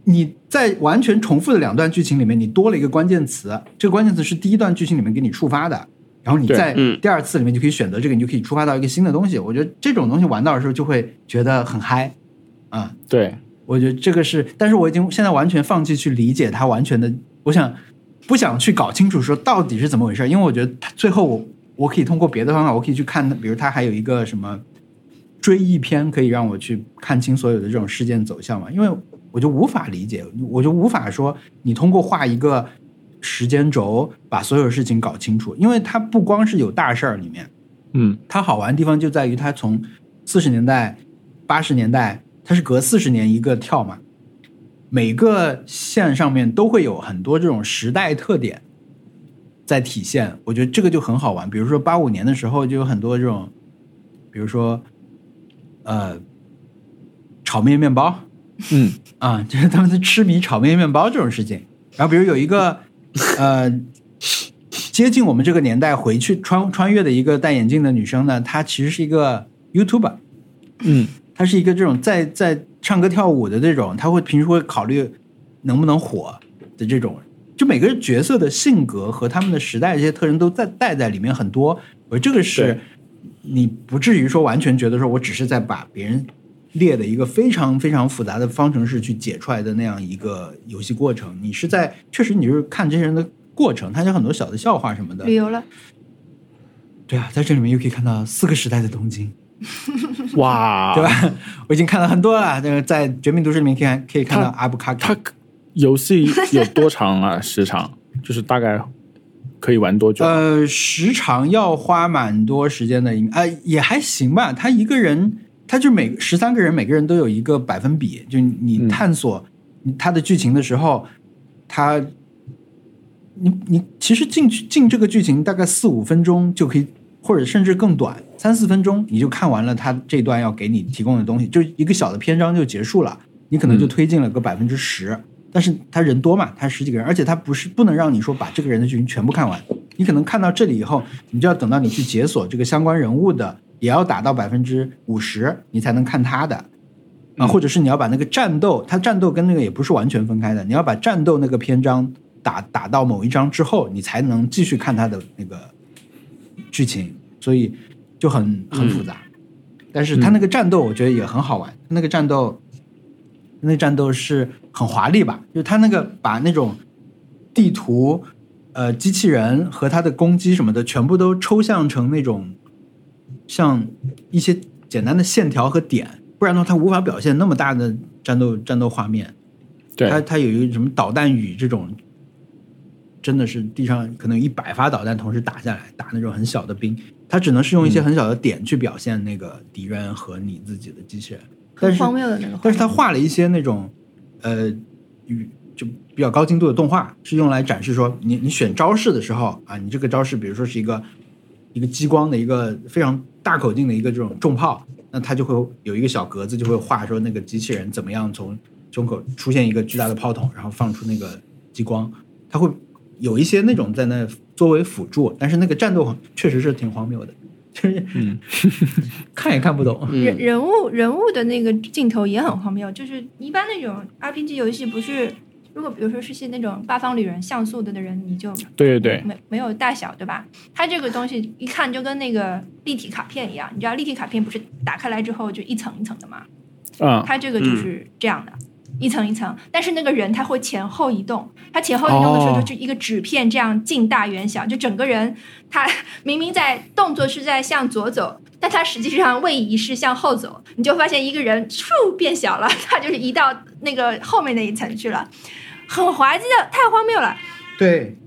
你在完全重复的两段剧情里面，你多了一个关键词，这个关键词是第一段剧情里面给你触发的，然后你在第二次里面就可以选择这个，你就可以触发到一个新的东西。我觉得这种东西玩到的时候就会觉得很嗨啊、嗯！ 对， 我觉得这个是，但是我已经现在完全放弃去理解它完全的，我想不想去搞清楚说到底是怎么回事，因为我觉得最后我我可以通过别的方法，我可以去看，比如它还有一个什么追忆篇，可以让我去看清所有的这种事件走向嘛，因为我就无法理解，我就无法说你通过画一个时间轴把所有事情搞清楚，因为它不光是有大事儿里面， 嗯， 它好玩的地方就在于它从四十年代、八十年代，它是隔四十年一个跳嘛，每个线上面都会有很多这种时代特点在体现，我觉得这个就很好玩。比如说八五年的时候就有很多这种，比如说呃炒面面包。 嗯啊，就是他们在痴迷炒面面包这种事情。然后比如有一个呃接近我们这个年代回去穿穿越的一个戴眼镜的女生呢，她其实是一个 YouTuber， 嗯， 她是一个这种在在唱歌跳舞的这种，她会平时会考虑能不能火的这种，就每个角色的性格和他们的时代这些特征都在带在里面很多。而这个是你不至于说完全觉得说我只是在把别人列的一个非常非常复杂的方程式去解出来的那样一个游戏过程，你是在确实你是看这些人的过程，它有很多小的笑话什么的。 旅游了， 对啊，在这里面又可以看到四个时代的东京， 哇， 对吧？我已经看了很多了。在《绝命毒师》里面可以可以看到阿布卡卡。 它游戏有多长啊？时长就是大概可以玩多久？ 呃，时长要花蛮多时间的，呃，也还行吧。他一个人。他就每十三个人，每个人都有一个百分比，就你探索他的剧情的时候，他你你其实进去进这个剧情大概四五分钟就可以，或者甚至更短，三四分钟你就看完了他这段要给你提供的东西，就一个小的篇章就结束了，你可能就推进了个百分之十。但是他人多嘛，他十几个人，而且他不是不能让你说把这个人的剧情全部看完，你可能看到这里以后，你就要等到你去解锁这个相关人物的。也要达到百分之五十，你才能看他的啊，或者是你要把那个战斗，它战斗跟那个也不是完全分开的，你要把战斗那个篇章打打到某一章之后，你才能继续看他的那个剧情，所以就很很复杂。嗯、但是他那个战斗我觉得也很好玩，嗯、那个战斗，那个战斗是很华丽吧？就是他那个把那种地图、呃机器人和他的攻击什么的，全部都抽象成那种。像一些简单的线条和点，不然的话它无法表现那么大的战斗战斗画面。 对， 它它有一个什么导弹雨这种，真的是地上可能一百发导弹同时打下来，打那种很小的兵，它只能是用一些很小的点去表现那个敌人和你自己的机器人。但是很荒谬的那个， 但是它画了一些那种呃与就比较高精度的动画，是用来展示说你你选招式的时候啊，你这个招式比如说是一个一个激光的一个非常大口径的一个这种重炮，那它就会有一个小格子，就会画说那个机器人怎么样从胸口出现一个巨大的炮筒，然后放出那个激光，它会有一些那种在那作为辅助，但是那个战斗确实是挺荒谬的，就是嗯，看也看不懂。 人人物人物的那个镜头也很荒谬，就是一般那种 R P G 游戏不是。如果比如说是些那种八方旅人像素的的人，你就对对对， 没没有大小，对吧？它这个东西一看就跟那个立体卡片一样，你知道立体卡片不是打开来之后就一层一层的吗？ 啊， 它这个就是这样的，嗯、一层一层。但是那个人他会前后移动，他前后移动的时候就一个纸片这样近大远小，哦、就整个人他明明在动作是在向左走。但他实际上位移是向后走，你就发现一个人唰变小了，他就是移到那个后面那一层去了，很滑稽的，太荒谬了。 对，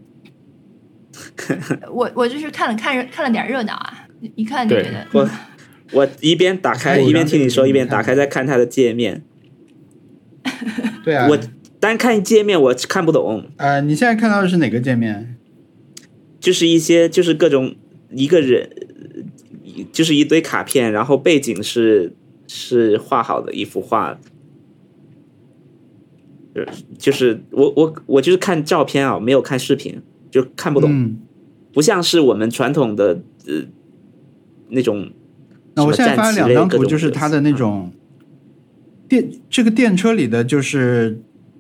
我我就是看了看看了点热闹啊，一看就觉得我我一边打开一边听你说，一边打开再看他的界面。 对啊， 我单看界面我看不懂。 呃，你现在看到的是哪个界面？ 就是一些就是各种一个人。就是一堆卡片，然后背景是是画好的一幅画，就是我我我就是看照片啊，没有看视频，就看不懂， 嗯、 不像是我们传统的呃那种。 那我现在发了两张图，就是它的那种电，这个电车里的就是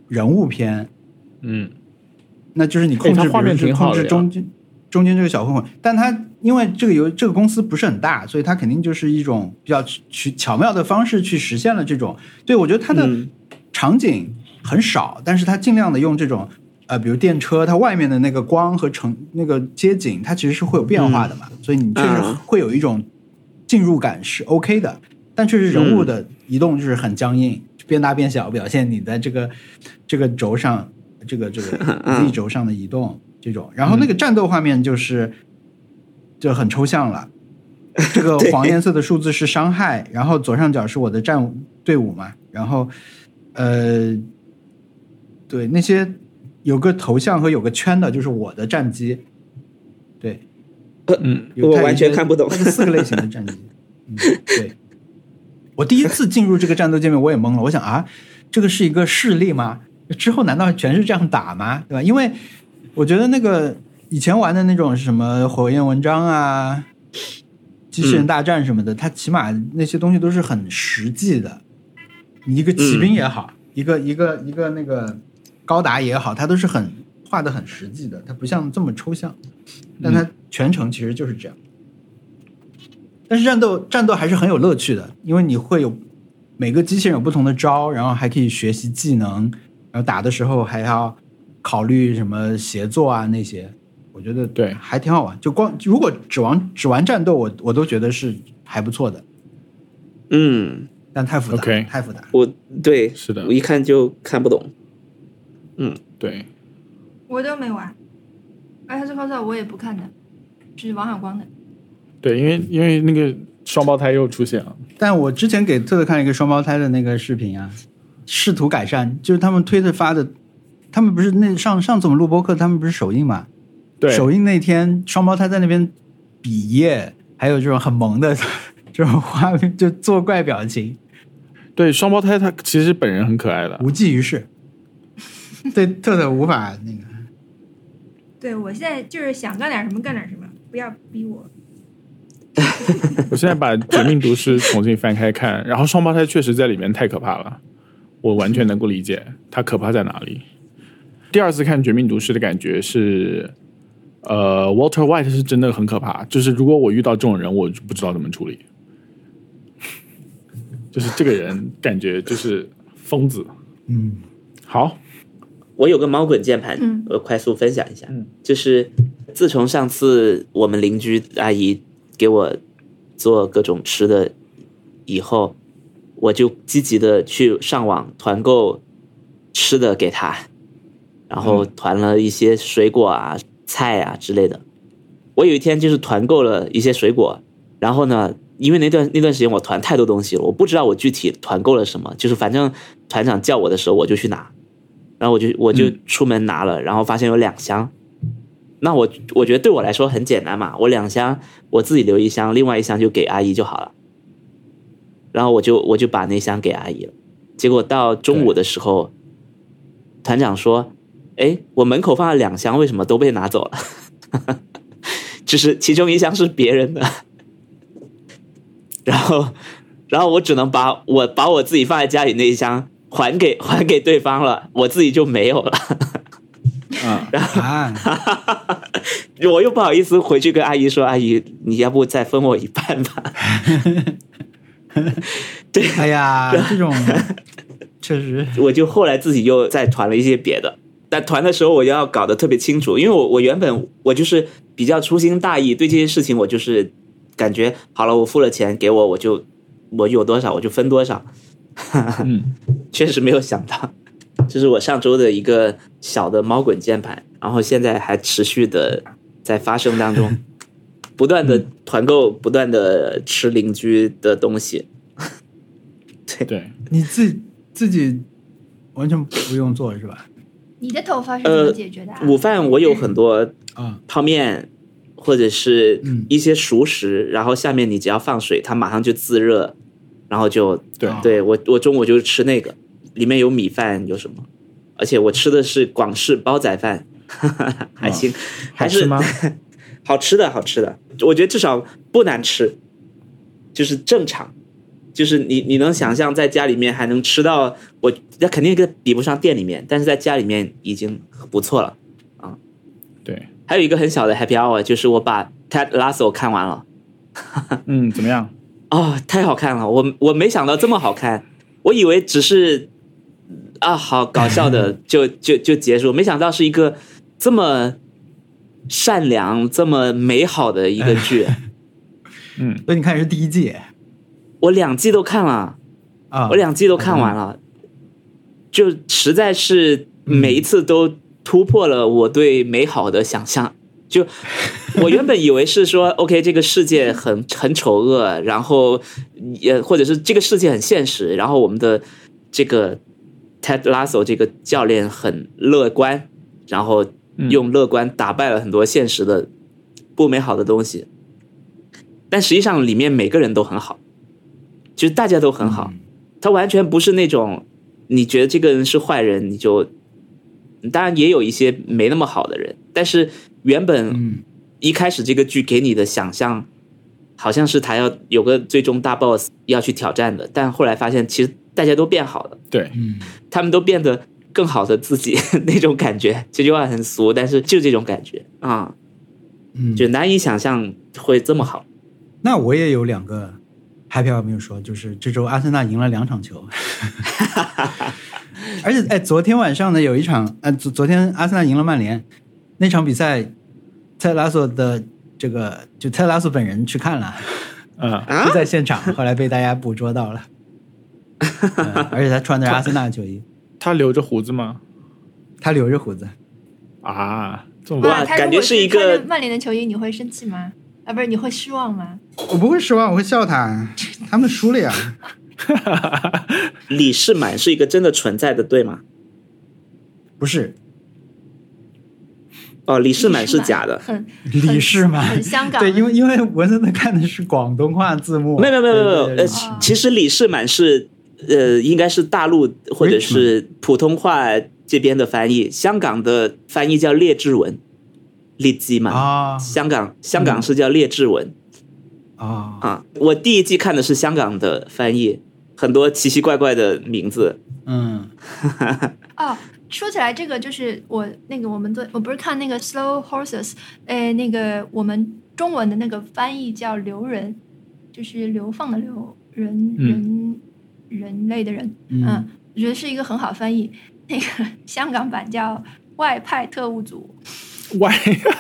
人物片， 嗯， 那就是你控制， 画面挺好的， 控制中间中间这个小混混，但它因为这个游这个公司不是很大，所以它肯定就是一种比较去巧妙的方式去实现了这种。对，我觉得它的场景很少，嗯、但是它尽量的用这种呃，比如电车，它外面的那个光和城那个街景，它其实是会有变化的嘛，嗯、所以你确实会有一种进入感是 OK 的，但确实人物的移动就是很僵硬。变大变小，表现你在这个这个轴上，这个这个 Z 轴上的移动这种。然后那个战斗画面就是就很抽象了。这个黄颜色的数字是伤害，然后左上角是我的战队伍嘛。然后呃，对那些有个头像和有个圈的，就是我的战机。对， 嗯，我完全看不懂。 它是四个类型的战机。嗯，对。我第一次进入这个战斗界面我也懵了，我想啊，这个是一个势力吗？之后难道全是这样打吗？对吧？因为我觉得那个以前玩的那种什么火焰文章啊、机器人大战什么的，嗯、它起码那些东西都是很实际的。你一个骑兵也好，嗯、一个一个一个那个高达也好，它都是很画的很实际的，它不像这么抽象，但它全程其实就是这样。但是战斗战斗还是很有乐趣的，因为你会有每个机器人有不同的招，然后还可以学习技能，然后打的时候还要考虑什么协作啊那些，我觉得对还挺好玩。就光如果只玩只玩战斗，我我都觉得是还不错的。 嗯， 但太复杂， okay. 太复杂。 我对是的， 我一看就看不懂。嗯， 对， 我都没玩，而且这套我也不看的，是王小光的。 对，因为因为那个双胞胎又出现了。 但我之前给特特看了一个双胞胎的那个视频啊，试图改善，就是他们推特发的，他们不是那上上次我们录播课，他们不是首映嘛？ 对， 首映那天双胞胎在那边比耶，还有这种很萌的这种画面，就做怪表情。 对，双胞胎他其实本人很可爱的， 无济于事。对，特特无法那个。 对，我现在就是想干点什么干点什么，不要逼我。 我现在把《绝命毒师》重新翻开看，然后双胞胎确实在里面太可怕了，我完全能够理解它可怕在哪里。第二次看《绝命毒师》的感觉是，呃 ，Walter White 是真的很可怕，就是如果我遇到这种人，我就不知道怎么处理。就是这个人感觉就是疯子。 嗯， 好， 我有个猫滚键盘， 嗯、 我快速分享一下，嗯、就是自从上次我们邻居阿姨给我做各种吃的以后，我就积极的去上网团购吃的给她，然后团了一些水果啊、菜啊之类的。我有一天就是团购了一些水果，然后呢，因为那段那段时间我团太多东西了，我不知道我具体团购了什么，就是反正团长叫我的时候我就去拿，然后我就我就出门拿了，然后发现有两箱。那我我觉得对我来说很简单嘛，我两箱我自己留一箱，另外一箱就给阿姨就好了。然后我就我就把那箱给阿姨了。结果到中午的时候，团长说：“哎，我门口放了两箱，为什么都被拿走了？”就是其中一箱是别人的。然后，然后我只能把我把我自己放在家里那一箱还给还给对方了，我自己就没有了。 啊， 然后、啊、我又不好意思回去跟阿姨说，阿姨，你要不再分我一半吧？对， 哎呀，这种确实， 我就后来自己又再团了一些别的，但团的时候我要搞得特别清楚，因为我我原本我就是比较粗心大意，对这些事情我就是感觉好了，我付了钱给我，我就我有多少我就分多少。 嗯， 确实没有想到。这是我上周的一个小的猫滚键盘，然后现在还持续的在发生当中，不断的团购，不断的吃邻居的东西。对对， 你自己自己完全不用做是吧？ 你的头发是怎么解决的、啊呃？午饭我有很多泡面，或者是一些熟食，然后下面你只要放水，它马上就自热，然后就对对我我中午就吃那个。里面有米饭，有什么？而且我吃的是广式煲仔饭，还行，哦、还是好吃吗？ 好吃的，好吃的。我觉得至少不难吃，就是正常， 就是你你能想象在家里面还能吃到，我那肯定比不上店里面，但是在家里面已经不错了啊。 对， 还有一个很小的 happy hour， 就是我把 Ted Lasso 看完了。 嗯，怎么样？ 哦，太好看了！我我没想到这么好看，我以为只是啊好搞笑的就就就结束，没想到是一个这么善良、这么美好的一个剧。 嗯，所以你看的是第一季， 我两季都看了啊，我两季都看完了，就实在是每一次都突破了我对美好的想象。就我原本以为是说 OK 这个世界很很丑恶，然后也或者是这个世界很现实，然后我们的这个 Ted Lasso 这个教练很乐观，然后用乐观打败了很多现实的不美好的东西，但实际上里面每个人都很好，就是大家都很好，他完全不是那种你觉得这个人是坏人你就，当然也有一些没那么好的人，但是原本一开始这个剧给你的想象好像是他要有个最终大 boss 要去挑战的，但后来发现其实大家都变好了， 对， 他们都变得更好的自己那种感觉，这句话很俗，但是就这种感觉啊，嗯，就难以想象会这么好。 那我也有两个 happy hour 没有说，就是这周阿森纳赢了两场球，而且哎，昨天晚上呢有一场，呃，昨昨天阿森纳赢了曼联那场比赛，特拉索的这个就特拉索本人去看了， 啊， 就在现场，后来被大家捕捉到了，嗯、而且他穿的是阿森纳的球衣， 他留着胡子吗？ 他留着胡子啊，这么哇，感觉是一个曼联的球衣，你会生气吗？啊，不是，你会失望吗？ 我不会失望，我会笑他，他们输了呀。 李世满是一个真的存在的队吗？ 不是。 哦，李世满是假的。 很李世满很香港。 对，因为因为文森特看的是广东话字幕。 没有没有没有没有，呃，其实李世满是呃，应该是大陆或者是普通话这边的翻译，香港的翻译叫列治文，列基嘛。 啊， 香港香港是叫列治文。 啊、 嗯、啊，我第一季看的是香港的翻译，很多奇奇怪怪的名字。 嗯。 哦。说起来，这个就是我那个我们做，我不是看那个 Slow Horses， 呃，那个我们中文的那个翻译叫流人，就是流放的流，人人、嗯、人类的人，嗯，嗯我觉得是一个很好翻译。那个香港版叫外派特务组， 外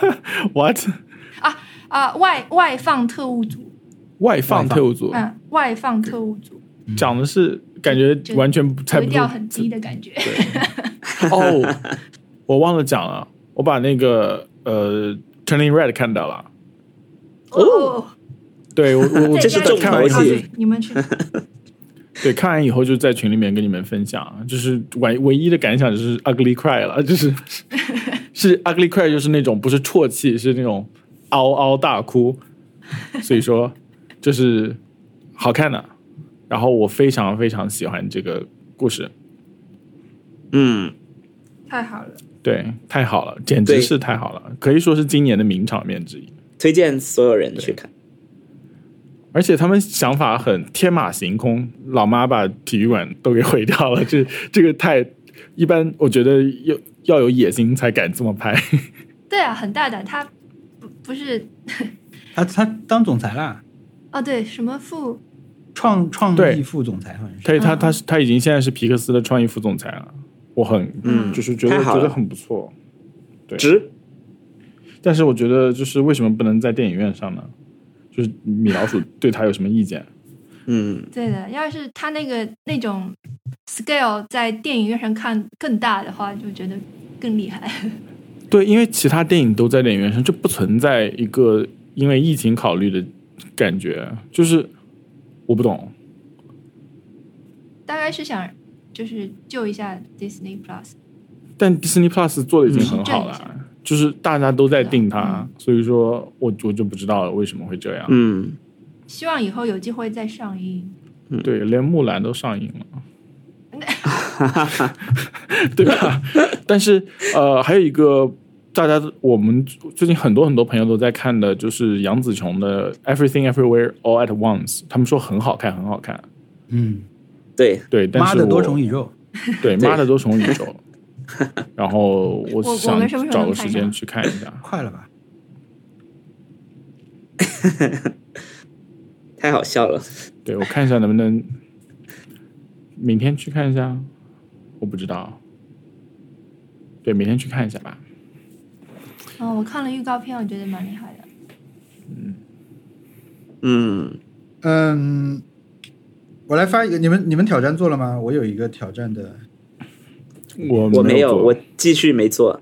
what 啊啊外外放特务组， 外放特务组， 嗯，外放特务组， 讲的是感觉完全猜不出， 格调很低的感觉。 哦，我忘了讲了，我把那个呃 Turning Red 看到了。 哦， 对，我我这是重头戏， 你们去。 对，看完以后就在群里面跟你们分享，就是唯唯一的感想就是 ugly cry 了，就是是 ugly cry， 就是那种不是啜泣，是那种嗷嗷大哭，所以说就是好看的。然后我非常非常喜欢这个故事， 嗯。 太好了， 对，太好了，简直是太好了，可以说是今年的名场面之一， 推荐所有人去看。 而且他们想法很天马行空，老妈把体育馆都给毁掉了，这这个太一般，我觉得要要有野心才敢这么拍。 对啊，很大胆，他不不是他他当总裁啦。 哦，对，什么副创创意副总裁好像是。 对，他他他已经现在是皮克斯的创意副总裁了。我很嗯，就是觉得觉得很不错，对， 值。 但是我觉得就是为什么不能在电影院上呢？就是米老鼠对他有什么意见？ 嗯， 对的，要是他那个那种 scale 在电影院上看更大的话，就觉得更厉害。 对，因为其他电影都在电影院上，就不存在一个因为疫情考虑的感觉，就是我不懂。 大概是想。就是救一下 Disney Plus， 但 Disney Plus 做的已经很好了，嗯、就是大家都在订它，嗯、所以说我我就不知道为什么会这样。 嗯， 希望以后有机会再上映。 嗯、对，连木兰都上映了，对吧？但是呃，还有一个大家我们最近很多很多朋友都在看的，就是杨紫琼的 Everything Everywhere All at Once， 他们说很好看，很好看。 嗯， 对对，但是妈的多重宇宙， 对，妈的多重宇宙。然后我想我找个时间去看一下。 快了吧？ 太好笑了。 对，我看一下能不能明天去看一下，我不知道。对，明天去看一下吧。 哦，我看了预告片，我觉得蛮厉害的。 嗯嗯嗯，我来发一个，你们你们挑战做了吗？我有一个挑战的。 我我没有， 做我继续没做。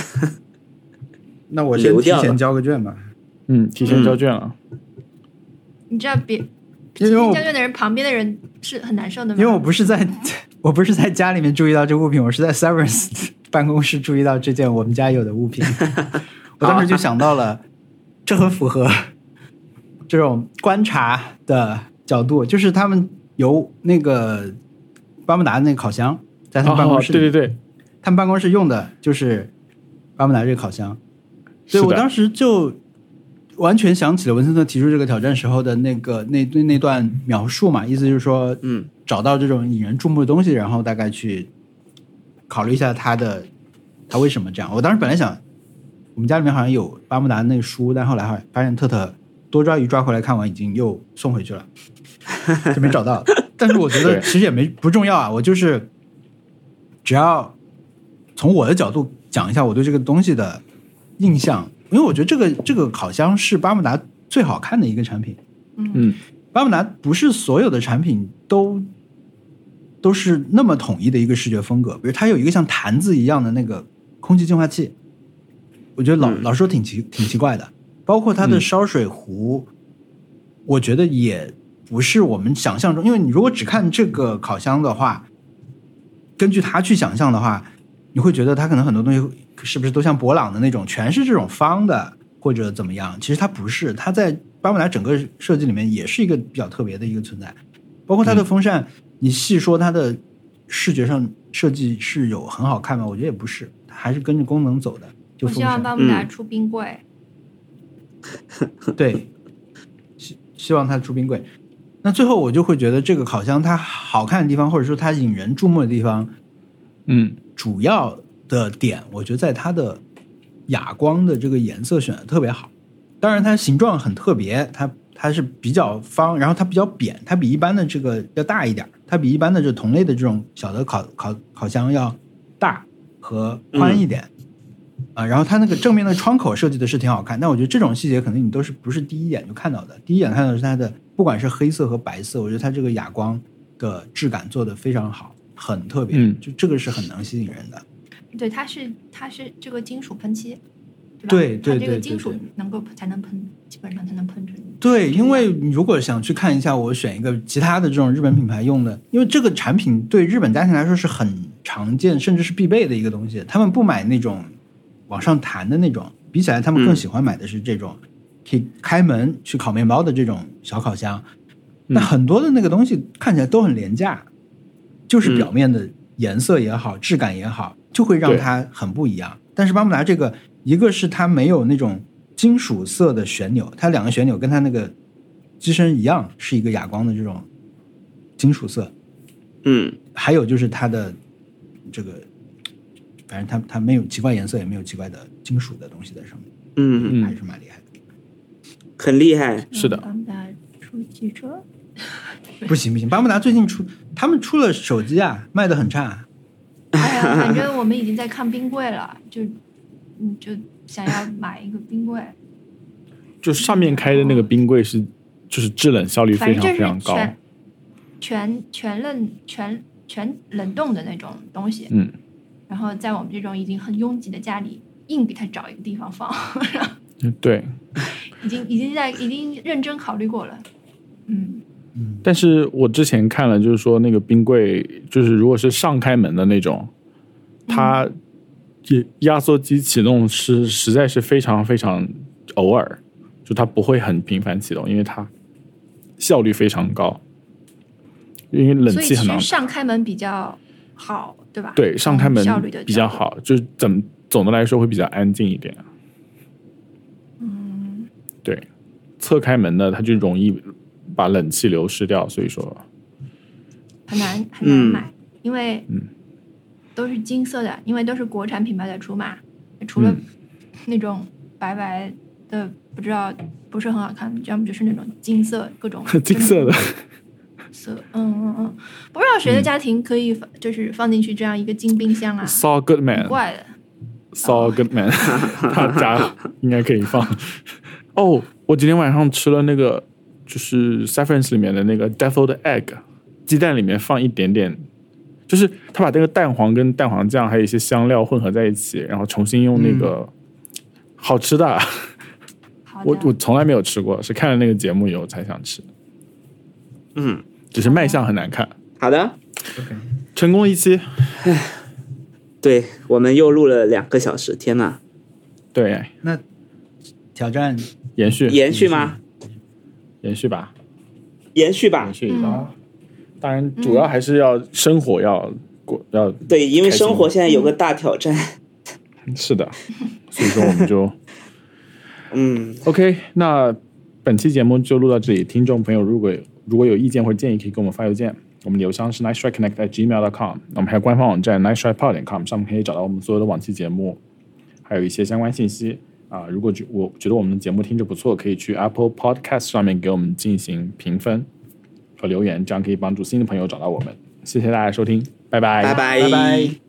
那我先提前交个卷吧。 嗯，提前交卷了。 嗯、你知道别因为我交卷的人旁边的人是很难受的吗？ 因为我不是在我不是在家里面注意到这物品，我是在 Severance 办公室注意到这件我们家有的物品。我当时就想到了，这很符合这种观察的角度，就是他们有那个巴慕达那个烤箱。在他们办公室、 哦，对对对， 他们办公室用的就是巴慕达这个烤箱，所以我当时就完全想起了文森特提出这个挑战时候的那个那那段描述嘛，意思就是说， 嗯， 找到这种引人注目的东西，然后大概去考虑一下他的他为什么这样。我当时本来想，我们家里面好像有巴慕达那书，但后来发现特特多抓鱼抓回来看完，已经又送回去了，就没找到。但是我觉得其实也没不重要啊，我就是。只要从我的角度讲一下我对这个东西的印象，因为我觉得这个这个烤箱是巴慕达最好看的一个产品。 嗯， 巴慕达不是所有的产品都都是那么统一的一个视觉风格，比如它有一个像坛子一样的那个空气净化器，我觉得老、嗯、老实说挺奇挺奇怪的。包括它的烧水壶、嗯，我觉得也不是我们想象中，因为你如果只看这个烤箱的话。根据他去想象的话，你会觉得他可能很多东西是不是都像博朗的那种全是这种方的或者怎么样，其实它不是，它在巴慕达整个设计里面也是一个比较特别的一个存在。包括它的风扇、嗯、你细说它的视觉上设计是有很好看吗？我觉得也不是，它还是跟着功能走的。就我希望巴慕达出冰柜、 嗯、对，希希望它出冰柜。那最后我就会觉得这个烤箱它好看的地方，或者说它引人注目的地方， 嗯， 主要的点我觉得在它的哑光的这个颜色选的特别好。当然它形状很特别，它它是比较方，然后它比较扁，它比一般的这个要大一点，它比一般的这同类的这种小的烤烤烤箱要大和宽一点、嗯、啊，然后它那个正面的窗口设计的是挺好看，但我觉得这种细节可能你都是不是第一眼就看到的，第一眼看到的是它的不管是黑色和白色，我觉得它这个哑光的质感做得非常好，很特别、嗯、就这个是很能吸引人的。 对，它是它是这个金属喷漆，对吧？ 对对对， 它这个金属能够才能喷，基本上才能喷出。 对，因为你如果想去看一下，我选一个其他的这种日本品牌用的，因为这个产品对日本家庭来说是很常见甚至是必备的一个东西，他们不买那种往上弹的那种，比起来他们更喜欢买的是这种、嗯、可以开门去烤面包的这种小烤箱。那很多的那个东西看起来都很廉价，就是表面的颜色也好、嗯、质感也好，就会让它很不一样。但是巴慕达这个，一个是它没有那种金属色的旋钮，它两个旋钮跟它那个机身一样，是一个哑光的这种金属色。 嗯， 还有就是它的这个，反正它它没有奇怪颜色，也没有奇怪的金属的东西在上面。 嗯， 还是蛮厉害的， 很厉害。 是的。 巴慕达出汽车。 不行不行，巴慕达最近出，他们出了手机啊，卖得很差。 哎呀，反正我们已经在看冰柜了，就嗯就想要买一个冰柜。 就上面开的那个冰柜是，就是制冷效率非常非常高， 全全全冷全全冷冻的那种东西。 嗯。 然后在我们这种已经很拥挤的家里，硬给它找一个地方放。 对。 已经已经在已经认真考虑过了。嗯。 但是我之前看了，就是说那个冰柜，就是如果是上开门的那种，它压缩机启动是实在是非常非常偶尔，就它不会很频繁启动，因为它效率非常高，因为冷气很难。 所以其实上开门比较好，对吧？ 对，上开门比较好，就是怎总的来说会比较安静一点。 嗯， 对，侧开门的它就容易把冷气流失掉，所以说很难很难买， 嗯、 因为都是金色的，因为都是国产品牌在出嘛，除了那种白白的不知道不是很好看，要么就是那种金色各种金色的色，嗯嗯嗯，不知道谁的家庭可以就是放进去这样一个金冰箱啊 Saul Goodman 怪的 Saul Goodman 他家应该可以放哦，我今天晚上吃了那个就是 Severance 里面的那个 Deviled Egg， 鸡蛋里面放一点点，就是他把那个蛋黄跟蛋黄酱还有一些香料混合在一起，然后重新用那个、嗯、好吃的，我我从来没有吃过，是看了那个节目以后才想吃。 嗯， 只是卖相很难看。 好的， OK， 成功一期。 对，我们又录了两个小时，天哪！ 对， 那挑战延续延续吗？ 延续吧， 延续吧， 延续吧。嗯、当然，主要还是要生活要过要对，因为生活现在有个大挑战。 是的，所以说我们就嗯 OK， 那本期节目就录到这里。听众朋友，如果如果有意见或者建议，可以给我们发邮件。我们的邮箱是 nice try connect at gmail dot com， 我们还有官方网站 nice try pod dot com， 上面可以找到我们所有的往期节目，还有一些相关信息啊。如果我觉得我们的节目听着不错，可以去 Apple Podcast 上面给我们进行评分和留言，这样可以帮助新的朋友找到我们。谢谢大家收听，拜拜， 拜拜， 拜拜。